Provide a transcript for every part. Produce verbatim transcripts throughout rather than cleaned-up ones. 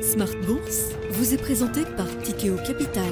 Smart Bourse vous est présenté par Tikeo Capital.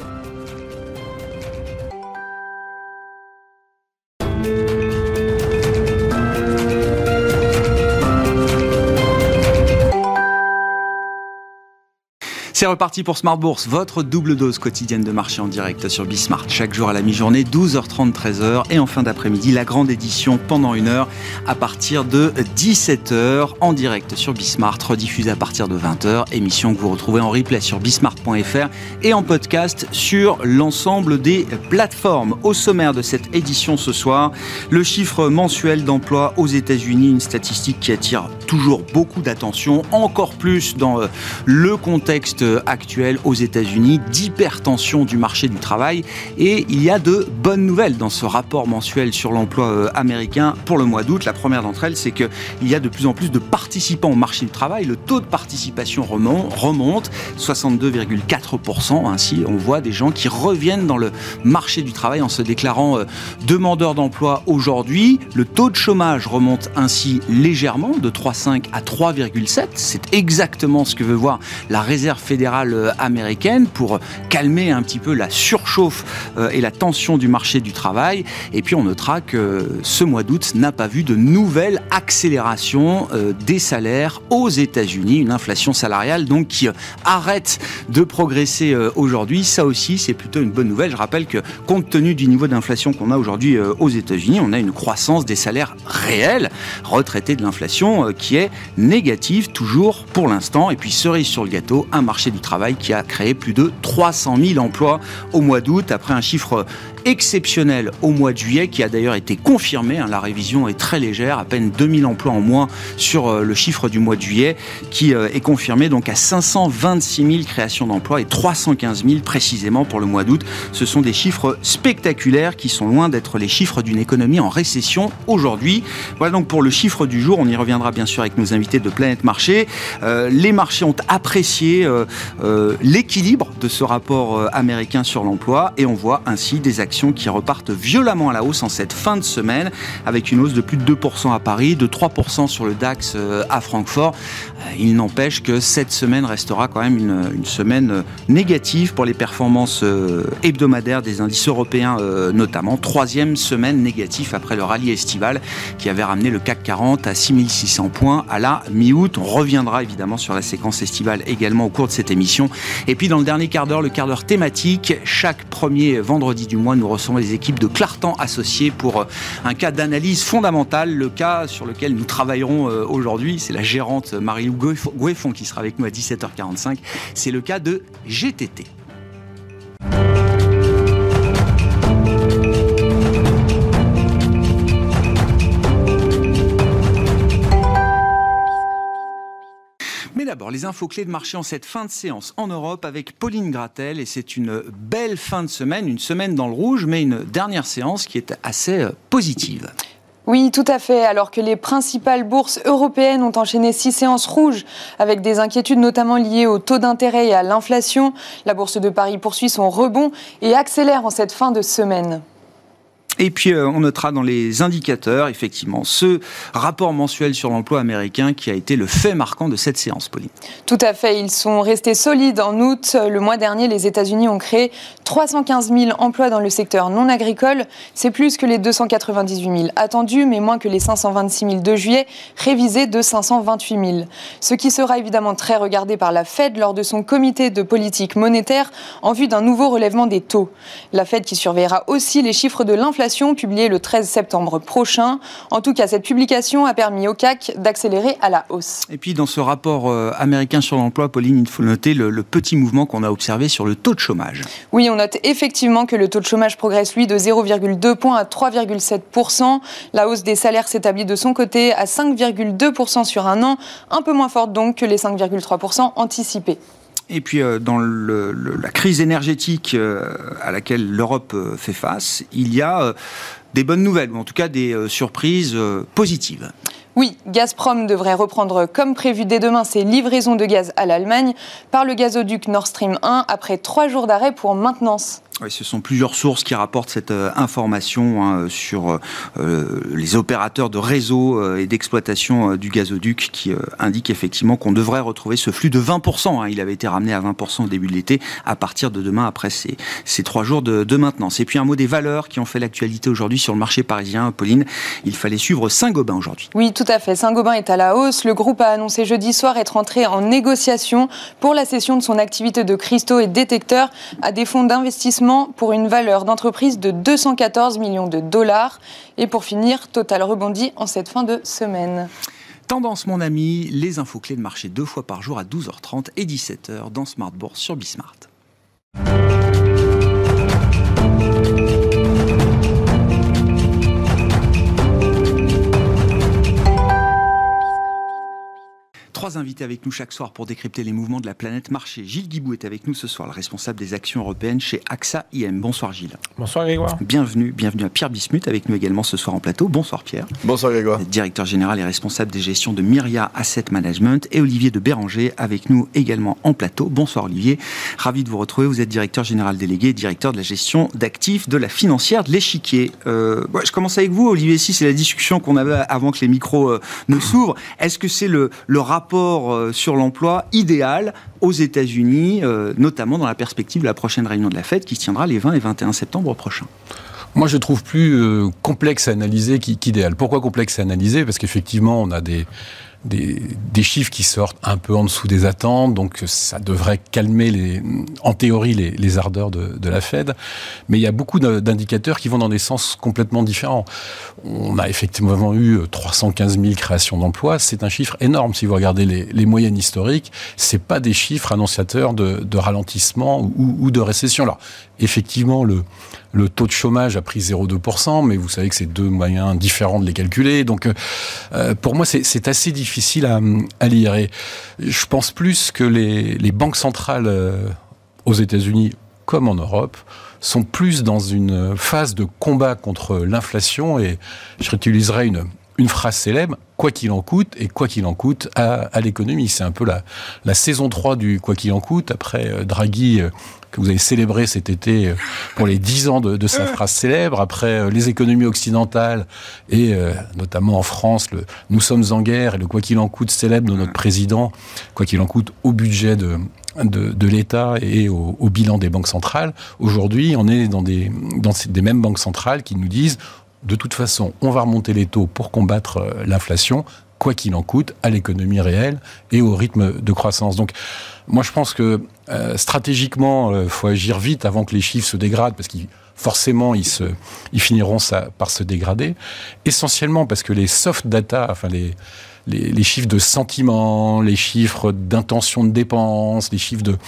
C'est reparti pour Smart Bourse, votre double dose quotidienne de marché en direct sur Bismart. Chaque jour à la mi-journée, douze heures trente, treize heures. Et en fin d'après-midi, la grande édition pendant une heure à partir de dix-sept heures en direct sur Bismart, rediffusée à partir de vingt heures. Émission que vous retrouvez en replay sur bismart point f r et en podcast sur l'ensemble des plateformes. Au sommaire de cette édition ce soir, le chiffre mensuel d'emploi aux États-Unis, une statistique qui attire toujours beaucoup d'attention, encore plus dans le contexte actuel aux États-Unis, d'hypertension du marché du travail. Et il y a de bonnes nouvelles dans ce rapport mensuel sur l'emploi américain pour le mois d'août. La première d'entre elles, c'est qu'il y a de plus en plus de participants au marché du travail. Le taux de participation remonte, remonte soixante-deux virgule quatre pour cent. Ainsi, on voit des gens qui reviennent dans le marché du travail en se déclarant demandeurs d'emploi aujourd'hui. Le taux de chômage remonte ainsi légèrement de trois virgule cinq à trois virgule sept. C'est exactement ce que veut voir la réserve fédérale américaine pour calmer un petit peu la surchauffe et la tension du marché du travail. Et puis on notera que ce mois d'août n'a pas vu de nouvelle accélération des salaires aux États-Unis, une inflation salariale donc qui arrête de progresser aujourd'hui. Ça aussi, c'est plutôt une bonne nouvelle. Je rappelle que compte tenu du niveau d'inflation qu'on a aujourd'hui aux États-Unis, on a une croissance des salaires réels retraités de l'inflation qui est négative toujours pour l'instant. Et puis cerise sur le gâteau, un marché du travail qui a créé plus de trois cent mille emplois au mois d'août, après un chiffre exceptionnel au mois de juillet, qui a d'ailleurs été confirmé. La révision est très légère, à peine deux mille emplois en moins sur le chiffre du mois de juillet, qui est confirmé donc à cinq cent vingt-six mille créations d'emplois et trois cent quinze mille précisément pour le mois d'août. Ce sont des chiffres spectaculaires qui sont loin d'être les chiffres d'une économie en récession aujourd'hui. Voilà donc pour le chiffre du jour. On y reviendra bien sûr avec nos invités de Planète Marché. Euh, les marchés ont apprécié euh, euh, l'équilibre de ce rapport euh, américain sur l'emploi et on voit ainsi des actions qui repartent violemment à la hausse en cette fin de semaine, avec une hausse de plus de deux pour cent à Paris, de trois pour cent sur le DAX à Francfort. Il n'empêche que cette semaine restera quand même une, une semaine négative pour les performances hebdomadaires des indices européens notamment. Troisième semaine négative après le rallye estival qui avait ramené le C A C quarante à six mille six cents points à la mi-août. On reviendra évidemment sur la séquence estivale également au cours de cette émission. Et puis dans le dernier quart d'heure, le quart d'heure thématique, chaque premier vendredi du mois, nous recevons les équipes de Clartan Associés pour un cas d'analyse fondamentale, le cas sur lequel nous travaillerons aujourd'hui. C'est la gérante Marie-Lou Goueffon qui sera avec nous à dix-sept heures quarante-cinq. C'est le cas de G T T. Mais d'abord, les infos clés de marché en cette fin de séance en Europe avec Pauline Gratel. Et c'est une belle fin de semaine, une semaine dans le rouge, mais une dernière séance qui est assez positive. Oui, tout à fait. Alors que les principales bourses européennes ont enchaîné six séances rouges avec des inquiétudes notamment liées au taux d'intérêt et à l'inflation, la bourse de Paris poursuit son rebond et accélère en cette fin de semaine. Et puis, euh, on notera dans les indicateurs, effectivement, ce rapport mensuel sur l'emploi américain qui a été le fait marquant de cette séance, Pauline. Tout à fait. Ils sont restés solides en août. Le mois dernier, les États-Unis ont créé trois cent quinze mille emplois dans le secteur non agricole. C'est plus que les deux cent quatre-vingt-dix-huit mille attendus, mais moins que les cinq cent vingt-six mille de juillet, révisés de cinq cent vingt-huit mille. Ce qui sera évidemment très regardé par la Fed lors de son comité de politique monétaire en vue d'un nouveau relèvement des taux. La Fed qui surveillera aussi les chiffres de l'inflation publié le treize septembre prochain. En tout cas, cette publication a permis au C A C d'accélérer à la hausse. Et puis, dans ce rapport euh, américain sur l'emploi, Pauline, il faut noter le, le petit mouvement qu'on a observé sur le taux de chômage. Oui, on note effectivement que le taux de chômage progresse, lui, de zéro virgule deux points à trois virgule sept pour cent. La hausse des salaires s'établit de son côté à cinq virgule deux pour cent sur un an, un peu moins forte donc que les cinq virgule trois pour cent anticipés. Et puis, euh, dans le, le, la crise énergétique euh, à laquelle l'Europe euh, fait face, il y a euh, des bonnes nouvelles, ou en tout cas des euh, surprises euh, positives. Oui, Gazprom devrait reprendre comme prévu dès demain ses livraisons de gaz à l'Allemagne par le gazoduc Nord Stream un après trois jours d'arrêt pour maintenance. Oui, ce sont plusieurs sources qui rapportent cette euh, information hein, sur euh, les opérateurs de réseau euh, et d'exploitation euh, du gazoduc qui euh, indiquent effectivement qu'on devrait retrouver ce flux de vingt pour cent. Hein. Il avait été ramené à vingt pour cent au début de l'été, à partir de demain, après ces, ces trois jours de, de maintenance. Et puis un mot des valeurs qui ont fait l'actualité aujourd'hui sur le marché parisien. Pauline, il fallait suivre Saint-Gobain aujourd'hui. Oui, tout à fait. Saint-Gobain est à la hausse. Le groupe a annoncé jeudi soir être entré en négociation pour la cession de son activité de cristaux et détecteurs à des fonds d'investissement pour une valeur d'entreprise de deux cent quatorze millions de dollars. Et pour finir, Total rebondit en cette fin de semaine. Tendance, mon ami, les infos clés de marché deux fois par jour à douze heures trente et dix-sept heures dans Smart Bourse sur Bismart. Trois invités avec nous chaque soir pour décrypter les mouvements de la planète marché. Gilles Guibou est avec nous ce soir, le responsable des actions européennes chez A X A I M. Bonsoir Gilles. Bonsoir Grégoire. Bienvenue, bienvenue à Pierre Bismuth avec nous également ce soir en plateau. Bonsoir Pierre. Bonsoir Grégoire. Directeur général et responsable des gestions de Myria Asset Management, et Olivier de Béranger avec nous également en plateau. Bonsoir Olivier. Ravi de vous retrouver. Vous êtes directeur général délégué et directeur de la gestion d'actifs de la financière de l'Échiquier. Euh, ouais, je commence avec vous Olivier. Si c'est la discussion qu'on avait avant que les micros euh, ne s'ouvrent. Est-ce que c'est le, le rapport euh, sur l'emploi idéal aux États-Unis, euh, notamment dans la perspective de la prochaine réunion de la Fed qui se tiendra les vingt et vingt et un septembre prochains? Moi, je trouve plus euh, complexe à analyser qu'idéal. Pourquoi complexe à analyser? Parce qu'effectivement, on a des, des, des chiffres qui sortent un peu en dessous des attentes, donc ça devrait calmer, les, en théorie, les, les ardeurs de, de la Fed. Mais il y a beaucoup d'indicateurs qui vont dans des sens complètement différents. On a effectivement eu trois cent quinze mille créations d'emplois. C'est un chiffre énorme. Si vous regardez les, les moyennes historiques, c'est pas des chiffres annonciateurs de, de ralentissement ou, ou de récession. Alors, effectivement, le, le taux de chômage a pris zéro virgule deux pour cent, mais vous savez que c'est deux moyens différents de les calculer. Donc, euh, pour moi, c'est, c'est assez difficile à, à lire. Et je pense plus que les, les banques centrales euh, aux États-Unis, comme en Europe, sont plus dans une phase de combat contre l'inflation. Et je réutiliserai une, une phrase célèbre, quoi qu'il en coûte, et quoi qu'il en coûte à, à l'économie. C'est un peu la, la saison trois du quoi qu'il en coûte, après euh, Draghi, euh, que vous avez célébré cet été euh, pour les dix ans de, de sa phrase célèbre, après euh, les économies occidentales, et euh, notamment en France, le « nous sommes en guerre » et le « quoi qu'il en coûte » célèbre de notre président, quoi qu'il en coûte au budget de... De, de l'État et au, au bilan des banques centrales. Aujourd'hui, on est dans des, dans des mêmes banques centrales qui nous disent de toute façon, on va remonter les taux pour combattre l'inflation, quoi qu'il en coûte, à l'économie réelle et au rythme de croissance. Donc, moi, je pense que euh, stratégiquement, il euh, faut agir vite avant que les chiffres se dégradent, parce qu'ils forcément, ils, se, ils finiront ça, par se dégrader. Essentiellement parce que les soft data, enfin les Les, les chiffres de sentiment, les chiffres d'intention de dépenses, les chiffres de,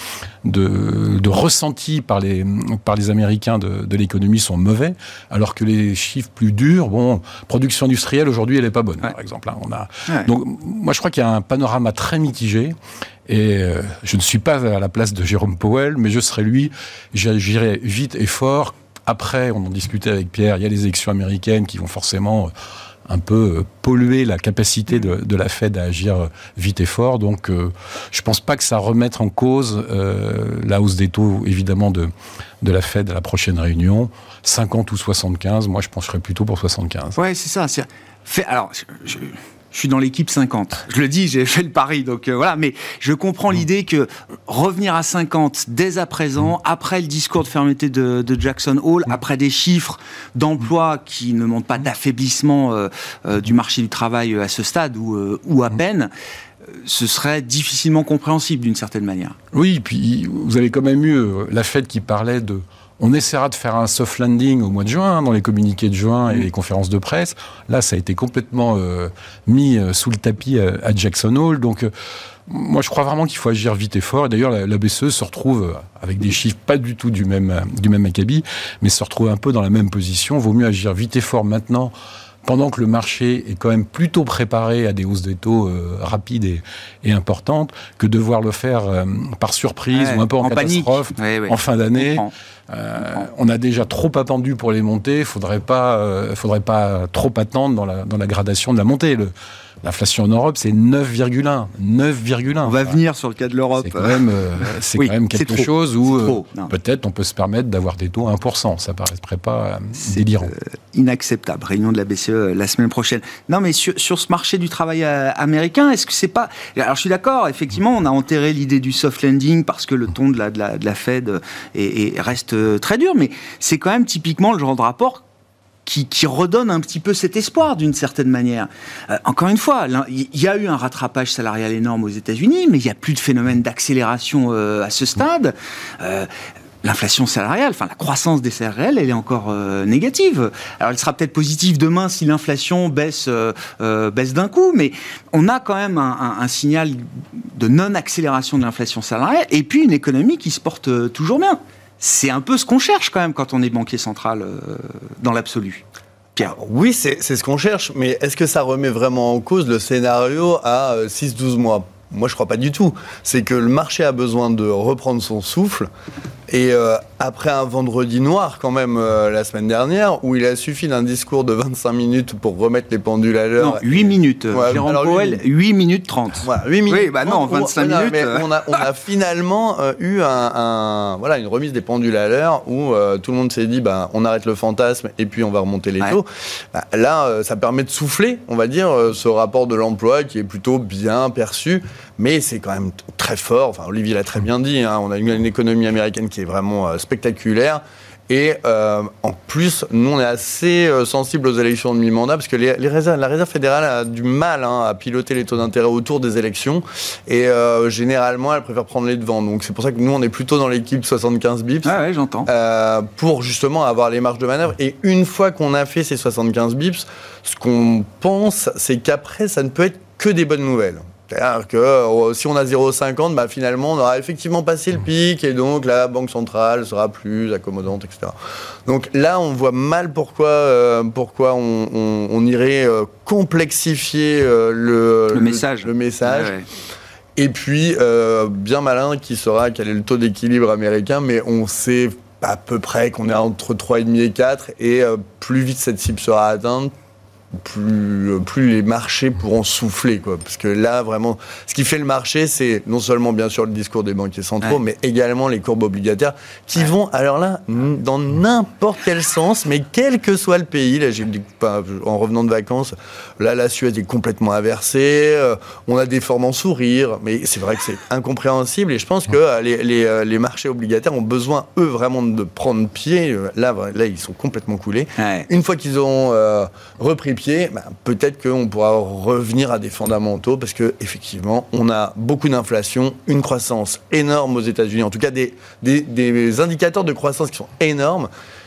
de, de ressenti par les, par les Américains de, de l'économie sont mauvais, alors que les chiffres plus durs, bon, production industrielle aujourd'hui, elle n'est pas bonne, ouais. Par exemple. Hein, on a, ouais. Donc, moi, je crois qu'il y a un panorama très mitigé. Et euh, je ne suis pas à la place de Jérôme Powell, mais je serais lui, j'agirais vite et fort. Après, on en discutait avec Pierre, il y a les élections américaines qui vont forcément... Euh, un peu polluer la capacité de, de la Fed à agir vite et fort. Donc, euh, je ne pense pas que ça remette en cause euh, la hausse des taux, évidemment, de, de la Fed à la prochaine réunion. cinquante ou soixante-quinze, moi, je pencherais plutôt pour soixante-quinze. Ouais, c'est ça. C'est... Fait, alors, je... Je suis dans l'équipe cinquante. Je le dis, j'ai fait le pari, donc euh, voilà. Mais je comprends mmh. l'idée que revenir à cinquante dès à présent, mmh. après le discours de fermeté de, de Jackson Hole, mmh. après des chiffres d'emploi mmh. qui ne montrent pas d'affaiblissement euh, euh, du marché du travail à ce stade, ou, euh, ou à mmh. peine, ce serait difficilement compréhensible d'une certaine manière. Oui, puis vous avez quand même eu euh, la Fed qui parlait de... On essaiera de faire un soft landing au mois de juin, dans les communiqués de juin et les conférences de presse. Là, ça a été complètement euh, mis euh, sous le tapis à, à Jackson Hole. Donc, euh, moi, je crois vraiment qu'il faut agir vite et fort. Et d'ailleurs, la, la B C E se retrouve avec des chiffres pas du tout du même, du même acabit, mais se retrouve un peu dans la même position. Vaut mieux agir vite et fort maintenant, pendant que le marché est quand même plutôt préparé à des hausses des taux euh, rapides et, et importantes, que devoir le faire euh, par surprise ouais, ou un peu en, en catastrophe ouais, ouais. en fin d'année. On, euh, on a déjà trop attendu pour les montées. Il ne faudrait pas, euh, faudrait pas trop attendre dans la, dans la gradation de la montée. Le, L'inflation en Europe, c'est neuf virgule un. neuf virgule un. On va enfin, venir sur le cas de l'Europe. C'est quand même, euh, c'est oui, quand même quelque c'est chose où euh, peut-être on peut se permettre d'avoir des taux à un pour cent. Ça paraîtrait pas euh, délirant. Euh, inacceptable. Réunion de la B C E la semaine prochaine. Non, mais sur, sur ce marché du travail euh, américain, est-ce que c'est pas... Alors, je suis d'accord, effectivement, on a enterré l'idée du soft landing parce que le ton de la, de la, de la Fed est, est, reste très dur, mais c'est quand même typiquement le genre de rapport Qui, qui redonne un petit peu cet espoir d'une certaine manière. Euh, encore une fois, il y a eu un rattrapage salarial énorme aux États-Unis, mais il n'y a plus de phénomène d'accélération euh, à ce stade. Euh, L'inflation salariale, enfin la croissance des salaires réels, elle est encore euh, négative. Alors elle sera peut-être positive demain si l'inflation baisse, euh, euh, baisse d'un coup, mais on a quand même un, un, un signal de non-accélération de l'inflation salariale et puis une économie qui se porte euh, toujours bien. C'est un peu ce qu'on cherche quand même quand on est banquier central euh, dans l'absolu. Pierre. Oui, c'est, c'est ce qu'on cherche, mais est-ce que ça remet vraiment en cause le scénario à euh, six douze mois ? Moi, je ne crois pas du tout. C'est que le marché a besoin de reprendre son souffle. Et euh, après un vendredi noir, quand même, euh, la semaine dernière, où il a suffi d'un discours de vingt-cinq minutes pour remettre les pendules à l'heure. Non, huit minutes. Ouais, Jérôme Powell, huit minutes trente. Voilà, huit minutes. Oui, bah non, vingt-cinq on, minutes. Mais on, a, on a finalement euh, eu un, un, voilà, une remise des pendules à l'heure où euh, tout le monde s'est dit bah, on arrête le fantasme et puis on va remonter les taux. Ouais. Bah, là, euh, ça permet de souffler, on va dire, euh, ce rapport de l'emploi qui est plutôt bien perçu. Mais c'est quand même très fort. Enfin, Olivier l'a très bien dit. Hein, on a une, une économie américaine qui est vraiment euh, spectaculaire. Et euh, en plus, nous, on est assez euh, sensibles aux élections de mi-mandat parce que les, les réserves, la Réserve fédérale a du mal hein, à piloter les taux d'intérêt autour des élections. Et euh, généralement, elle préfère prendre les devants. Donc, c'est pour ça que nous, on est plutôt dans l'équipe soixante-quinze bips. Ah ouais, j'entends. Euh, pour justement avoir les marges de manœuvre. Et une fois qu'on a fait ces soixante-quinze bips, ce qu'on pense, c'est qu'après, ça ne peut être que des bonnes nouvelles. C'est-à-dire que euh, si on a zéro virgule cinquante, bah, finalement, on aura effectivement passé le pic et donc la Banque centrale sera plus accommodante, et cetera. Donc là, on voit mal pourquoi, euh, pourquoi on, on, on irait euh, complexifier euh, le, le, le message. Le, le message. Ouais, ouais. Et puis, euh, bien malin qui saura quel est le taux d'équilibre américain, mais on sait à peu près qu'on est entre trois virgule cinq et quatre, et euh, plus vite cette cible sera atteinte, Plus, plus les marchés pourront souffler, quoi. Parce que là, vraiment, ce qui fait le marché, c'est non seulement, bien sûr, le discours des banquiers centraux, ouais. mais également les courbes obligataires qui ouais. vont, alors là, dans n'importe quel sens, mais quel que soit le pays. Là, j'ai, en revenant de vacances, là, la Suède est complètement inversée. Euh, on a des formes en sourire, mais c'est vrai que c'est incompréhensible. Et je pense que euh, les, les, les marchés obligataires ont besoin, eux, vraiment de prendre pied. Là, là ils sont complètement coulés. Ouais. Une fois qu'ils ont euh, repris pied, bah, peut-être qu'on pourra revenir à des fondamentaux parce qu'effectivement, on a beaucoup d'inflation, une croissance énorme aux États-Unis, en tout cas des, des, des indicateurs de croissance qui sont énormes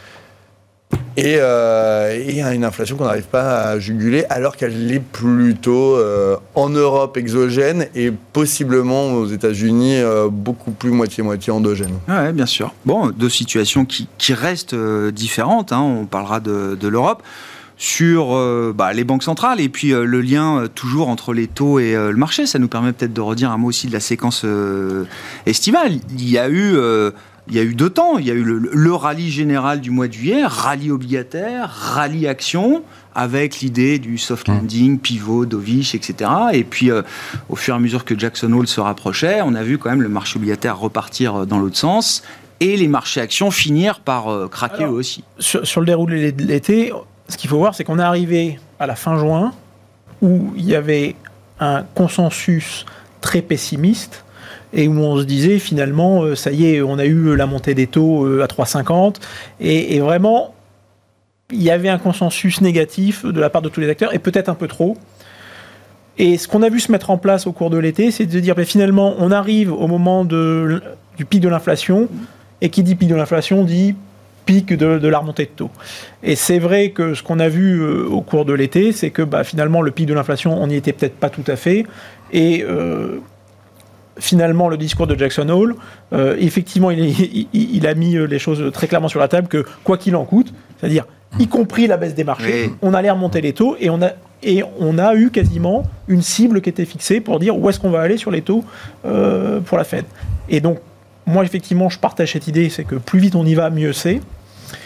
et, euh, et une inflation qu'on n'arrive pas à juguler alors qu'elle est plutôt euh, en Europe exogène et possiblement aux États-Unis euh, beaucoup plus moitié-moitié endogène. Oui, bien sûr. Bon, deux situations qui, qui restent euh, différentes, hein. On parlera de, de l'Europe. Sur euh, bah, les banques centrales et puis euh, le lien euh, toujours entre les taux et euh, le marché. Ça nous permet peut-être de redire un mot aussi de la séquence euh, estivale. Il y a eu... Euh, Il y a eu deux temps. Il y a eu le, le rallye général du mois de juillet, rallye obligataire, rallye action, avec l'idée du soft landing, pivot, dovish, et cetera. Et puis, euh, au fur et à mesure que Jackson Hole se rapprochait, on a vu quand même le marché obligataire repartir dans l'autre sens et les marchés actions finir par euh, craquer. Alors, eux aussi. Sur, sur le déroulé de l'été, ce qu'il faut voir, c'est qu'on est arrivé à la fin juin où il y avait un consensus très pessimiste et où on se disait finalement, euh, ça y est, on a eu la montée des taux euh, à trois virgule cinquante et, et vraiment, il y avait un consensus négatif de la part de tous les acteurs et peut-être un peu trop. Et ce qu'on a vu se mettre en place au cours de l'été, c'est de dire, ben, finalement, on arrive au moment de, du pic de l'inflation et qui dit pic de l'inflation dit pic de, de la remontée de taux. Et c'est vrai que ce qu'on a vu euh, au cours de l'été, c'est que bah, finalement, le pic de l'inflation, on n'y était peut-être pas tout à fait. Et euh, finalement, le discours de Jackson Hole, euh, effectivement, il, est, il, il a mis les choses très clairement sur la table, que quoi qu'il en coûte, c'est-à-dire, y compris la baisse des marchés, oui. on allait remonter les taux et on a... Et on a eu quasiment une cible qui était fixée pour dire où est-ce qu'on va aller sur les taux euh, pour la Fed. Et donc, moi, effectivement, je partage cette idée, c'est que plus vite on y va, mieux c'est.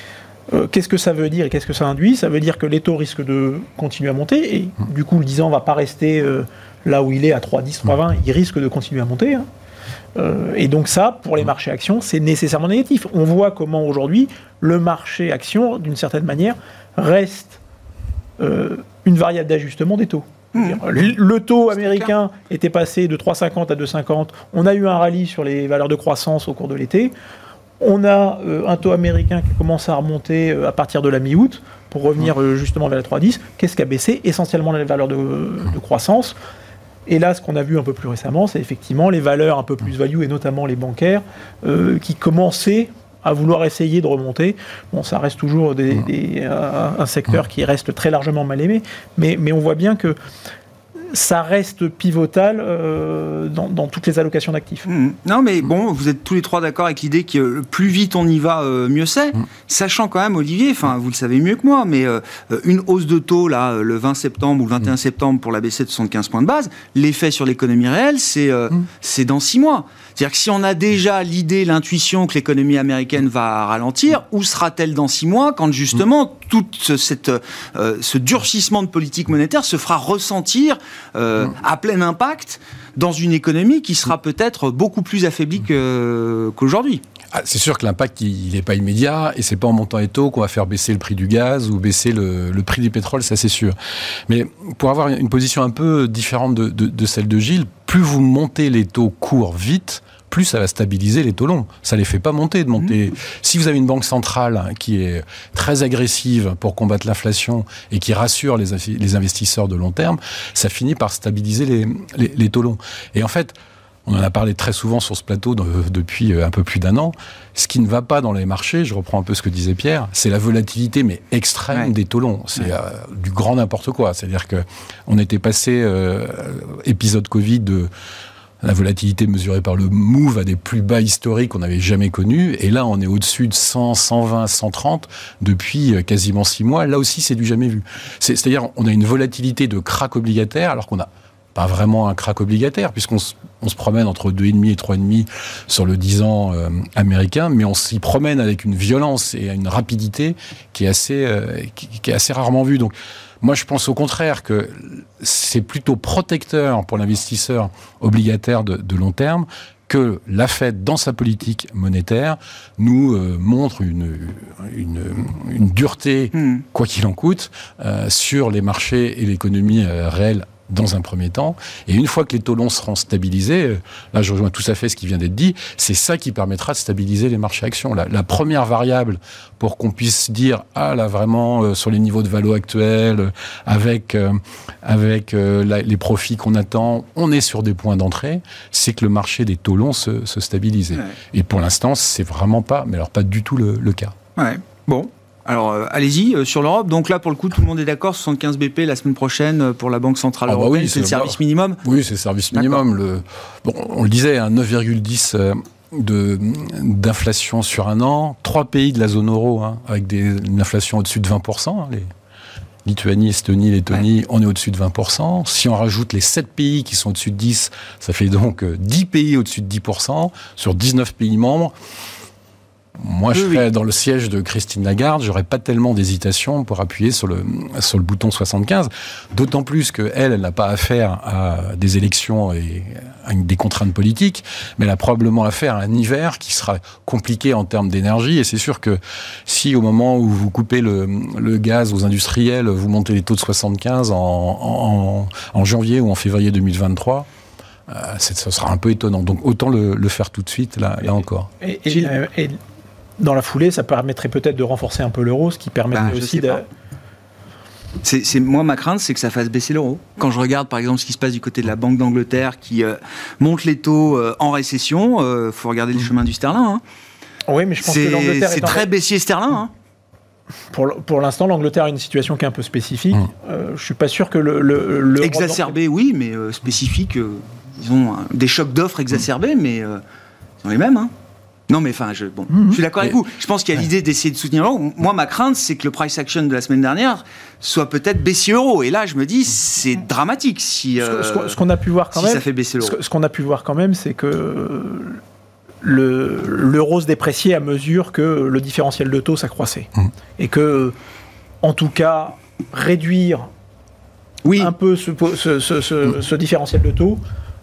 Euh, qu'est-ce que ça veut dire et qu'est-ce que ça induit ? Ça veut dire que les taux risquent de continuer à monter et du coup le dix ans ne va pas rester euh, là où il est à trois virgule dix, trois virgule vingt, il risque de continuer à monter. Hein. Euh, et donc ça, pour les marchés actions, c'est nécessairement négatif. On voit comment aujourd'hui le marché actions, d'une certaine manière, reste euh, une variable d'ajustement des taux. Mmh. Le, le taux américain était passé de trois virgule cinquante à deux virgule cinquante. On a eu un rallye sur les valeurs de croissance au cours de l'été. On a euh, un taux américain qui commence à remonter euh, à partir de la mi-août pour revenir euh, justement vers la trois virgule dix. Qu'est-ce qui a baissé ? Essentiellement les valeurs de, de croissance. Et là, ce qu'on a vu un peu plus récemment, c'est effectivement les valeurs un peu plus value, et notamment les bancaires, euh, qui commençaient à vouloir essayer de remonter. Bon, ça reste toujours des, des, euh, un secteur qui reste très largement mal aimé, mais, mais on voit bien que ça reste pivotal euh, dans, dans toutes les allocations d'actifs. Mmh. Non, mais bon, vous êtes tous les trois d'accord avec l'idée que plus vite on y va, euh, mieux c'est. Mmh. Sachant quand même, Olivier, enfin, vous le savez mieux que moi, mais euh, une hausse de taux là, le vingt septembre ou le vingt et un mmh. septembre pour la baisser de soixante-quinze points de base, l'effet sur l'économie réelle, c'est euh, mmh. c'est dans six mois. C'est-à-dire que si on a déjà l'idée, l'intuition que l'économie américaine va ralentir, où sera-t-elle dans six mois quand justement mmh. tout ce, cette, euh, ce durcissement de politique monétaire se fera ressentir euh, mmh. à plein impact dans une économie qui sera peut-être beaucoup plus affaiblie que, qu'aujourd'hui. Ah, c'est sûr que l'impact, il n'est pas immédiat, et c'est pas en montant les taux qu'on va faire baisser le prix du gaz ou baisser le, le prix du pétrole, ça c'est sûr. Mais pour avoir une position un peu différente de, de, de celle de Gilles, plus vous montez les taux courts vite, plus ça va stabiliser les taux longs. Ça ne les fait pas monter, de monter. Mmh. Si vous avez une banque centrale qui est très agressive pour combattre l'inflation et qui rassure les, les investisseurs de long terme, ça finit par stabiliser les, les, les taux longs. Et en fait, on en a parlé très souvent sur ce plateau de, depuis un peu plus d'un an. Ce qui ne va pas dans les marchés, je reprends un peu ce que disait Pierre, c'est la volatilité, mais extrême ouais. des taux longs. C'est ouais. euh, du grand n'importe quoi. C'est-à-dire qu'on était passé, euh, épisode Covid, de la volatilité mesurée par le Move à des plus bas historiques qu'on n'avait jamais connus. Et là, on est au-dessus de cent, cent vingt, cent trente depuis quasiment six mois. Là aussi, c'est du jamais vu. C'est, c'est-à-dire, on a une volatilité de crack obligataire, alors qu'on a pas vraiment un crack obligataire, puisqu'on se, on se promène entre deux virgule cinq et trois virgule cinq sur le dix ans euh, américain, mais on s'y promène avec une violence et une rapidité qui est assez, euh, qui, qui est assez rarement vue. Donc, moi, je pense au contraire que c'est plutôt protecteur pour l'investisseur obligataire de, de long terme que la Fed, dans sa politique monétaire, nous euh, montre une, une, une dureté, mmh. quoi qu'il en coûte, euh, sur les marchés et l'économie euh, réelle dans un premier temps, et une fois que les taux longs seront stabilisés, là je rejoins tout à fait ce qui vient d'être dit, c'est ça qui permettra de stabiliser les marchés actions. La, la première variable pour qu'on puisse dire, ah là vraiment, euh, sur les niveaux de valo actuels, euh, avec, euh, avec euh, la, les profits qu'on attend, on est sur des points d'entrée, c'est que le marché des taux longs se, se stabilise. Ouais. Et pour l'instant, c'est vraiment pas, mais alors pas du tout le, le cas. Ouais, bon. Alors, euh, allez-y, euh, sur l'Europe. Donc là, pour le coup, tout le monde est d'accord, soixante-quinze B P la semaine prochaine euh, pour la Banque Centrale ah bah Européenne. Oui, c'est, c'est le service minimum ? Oui, c'est le service minimum. Le, bon, on le disait, hein, neuf virgule dix euh, de, d'inflation sur un an. Trois pays de la zone euro, hein, avec des, une inflation au-dessus de vingt pour cent. Hein, les Lituanie, Estonie, Lettonie, ouais. on est au-dessus de vingt pour cent. Si on rajoute les sept pays qui sont au-dessus de dix, ça fait donc dix pays au-dessus de dix pour cent sur dix-neuf pays membres. Moi, je oui, serais oui. dans le siège de Christine Lagarde, j'aurais pas tellement d'hésitation pour appuyer sur le, sur le bouton soixante-quinze, d'autant plus qu'elle, elle n'a pas affaire à des élections et à des contraintes politiques, mais elle a probablement affaire à un hiver qui sera compliqué en termes d'énergie, et c'est sûr que si au moment où vous coupez le, le gaz aux industriels, vous montez les taux de soixante-quinze en, en, en janvier ou en février deux mille vingt-trois, euh, ça sera un peu étonnant. Donc autant le, le faire tout de suite, là, là encore. Et, et, et, et... Dans la foulée, ça permettrait peut-être de renforcer un peu l'euro, ce qui permettrait ben, aussi de... C'est, c'est, moi, ma crainte, c'est que ça fasse baisser l'euro. Quand je regarde, par exemple, ce qui se passe du côté de la Banque d'Angleterre, qui euh, monte les taux euh, en récession, il euh, faut regarder le chemin du sterling. Hein. Oui, mais je pense c'est, que l'Angleterre c'est est très en... baissier sterling. Hein. Pour, pour l'instant, l'Angleterre a une situation qui est un peu spécifique. Mmh. Euh, je suis pas sûr que le... le, le Exacerbé, oui, mais euh, spécifique. Euh, ils ont euh, des chocs d'offres exacerbés, mmh. mais euh, ils sont les mêmes, hein. Non, mais enfin, je, bon, mmh. je suis d'accord avec vous. Je pense qu'il y a ouais. l'idée d'essayer de soutenir l'euro. Moi, ma crainte, c'est que le price action de la semaine dernière soit peut-être baissier euro. Et là, je me dis, c'est dramatique si, euh, ce, ce, ce qu'on a pu voir quand si même, ça fait baisser l'euro. Ce, ce qu'on a pu voir quand même, c'est que le, l'euro se dépréciait à mesure que le différentiel de taux s'accroissait. Mmh. Et que, en tout cas, réduire oui. un peu ce, ce, ce, ce, mmh. ce différentiel de taux,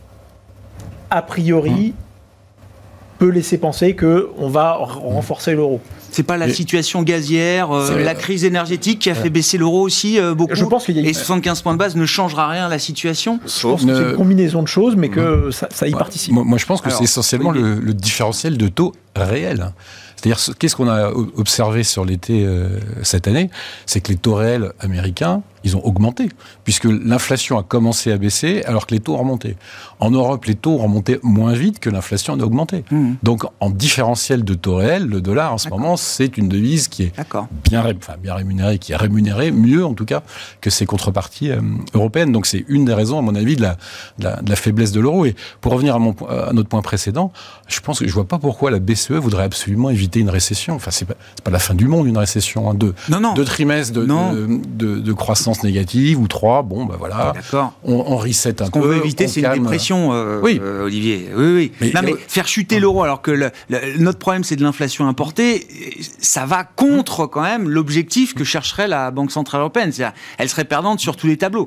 a priori, mmh. peut laisser penser qu'on va renforcer l'euro. C'est pas la situation gazière, euh, la crise énergétique qui a fait baisser l'euro aussi euh, beaucoup. Je pense qu'il y a une... Et soixante-quinze points de base ne changera rien à la situation. Je pense que c'est une combinaison de choses, mais que ça, ça y ouais. participe. Moi, moi, je pense que Alors, c'est essentiellement oui, le, le différentiel de taux réel. C'est-à-dire, qu'est-ce qu'on a observé sur l'été euh, cette année ? C'est que les taux réels américains, ils ont augmenté, puisque l'inflation a commencé à baisser alors que les taux ont remonté. En Europe, les taux ont remonté moins vite que l'inflation a augmenté. Mmh. Donc, en différentiel de taux réels, le dollar, en ce D'accord. moment, c'est une devise qui est bien, ré... enfin, bien rémunérée, qui est rémunérée mieux, en tout cas, que ses contreparties euh, européennes. Donc, c'est une des raisons, à mon avis, de la, de la, de la faiblesse de l'euro. Et pour revenir à, mon, à notre point précédent, je pense que je vois pas pourquoi la B C E voudrait absolument éviter une récession. Enfin, c'est pas, c'est pas la fin du monde, une récession. Hein. Deux, non, non. deux trimestres de, de, de, de croissance négative ou trois, bon, ben voilà, D'accord. on, on reset un Ce peu. Ce qu'on veut éviter, c'est calme. une dépression, euh, oui. euh, Olivier. Oui, oui. Mais, non, mais euh, faire chuter l'euro, alors que le, le, notre problème, c'est de l'inflation importée, ça va contre, quand même, l'objectif que chercherait la Banque Centrale Européenne. C'est-à-dire, elle serait perdante sur tous les tableaux.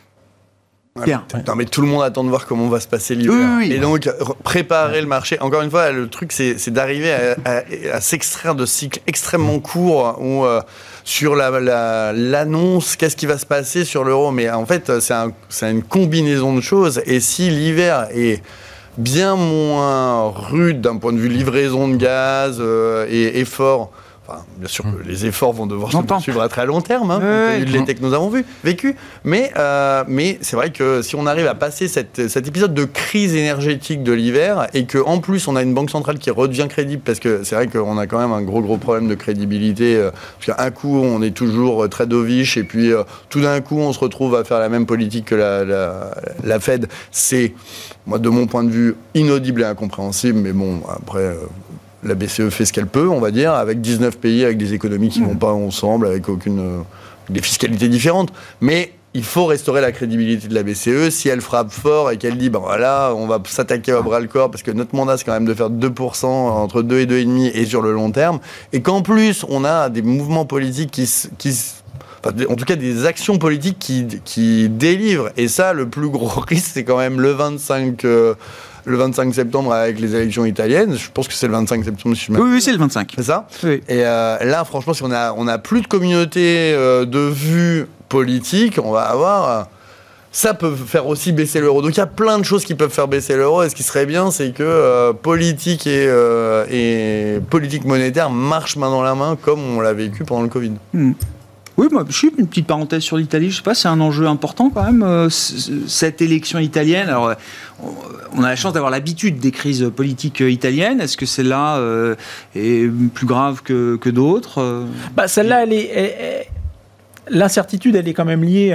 Bien. Non, mais tout le monde attend de voir comment va se passer l'hiver. Oui, oui. Et donc, préparer le marché. Encore une fois, le truc, c'est, c'est d'arriver à, à, à s'extraire de cycles extrêmement courts où, euh, sur la, la, l'annonce, qu'est-ce qui va se passer sur l'euro. Mais en fait, c'est, un, c'est une combinaison de choses. Et si l'hiver est bien moins rude d'un point de vue livraison de gaz euh, et effort, enfin, bien sûr que les efforts vont devoir J'entends. se poursuivre à très long terme, hein, ouais, compte tenu de l'été que nous avons vu, vécu. Mais, euh, mais c'est vrai que si on arrive à passer cette, cet épisode de crise énergétique de l'hiver et qu'en plus on a une banque centrale qui redevient crédible, parce que c'est vrai qu'on a quand même un gros gros problème de crédibilité, euh, parce qu'un coup on est toujours très dovish et puis euh, tout d'un coup on se retrouve à faire la même politique que la, la, la Fed. C'est, moi de mon point de vue, inaudible et incompréhensible, mais bon, après... Euh, la B C E fait ce qu'elle peut, on va dire, avec dix-neuf pays, avec des économies qui ne mmh. vont pas ensemble, avec aucune, euh, des fiscalités différentes. Mais il faut restaurer la crédibilité de la B C E. Si elle frappe fort et qu'elle dit, ben voilà, on va s'attaquer au bras-le-corps, parce que notre mandat, c'est quand même de faire deux pour cent, entre deux et deux virgule cinq, et sur le long terme. Et qu'en plus, on a des mouvements politiques qui... qui Enfin, en tout cas, des actions politiques qui, qui délivrent. Et ça, le plus gros risque, c'est quand même le vingt-cinq, euh, le vingt-cinq septembre avec les élections italiennes. Je pense que c'est le vingt-cinq septembre, si je me Oui, oui, c'est le vingt-cinq. C'est ça oui. Et euh, là, franchement, si on a, on a plus de communauté euh, de vues politiques, on va avoir... Euh, ça peut faire aussi baisser l'euro. Donc il y a plein de choses qui peuvent faire baisser l'euro. Et ce qui serait bien, c'est que euh, politique et, euh, et politique monétaire marchent main dans la main, comme on l'a vécu pendant le Covid. Mmh. Oui, moi, je suis une petite parenthèse sur l'Italie. Je sais pas, c'est un enjeu important quand même, euh, c- cette élection italienne. Alors, euh, on a la chance d'avoir l'habitude des crises politiques italiennes. Est-ce que celle-là euh, est plus grave que, que d'autres euh... bah, Celle-là, elle est, elle, elle, l'incertitude, elle est quand même liée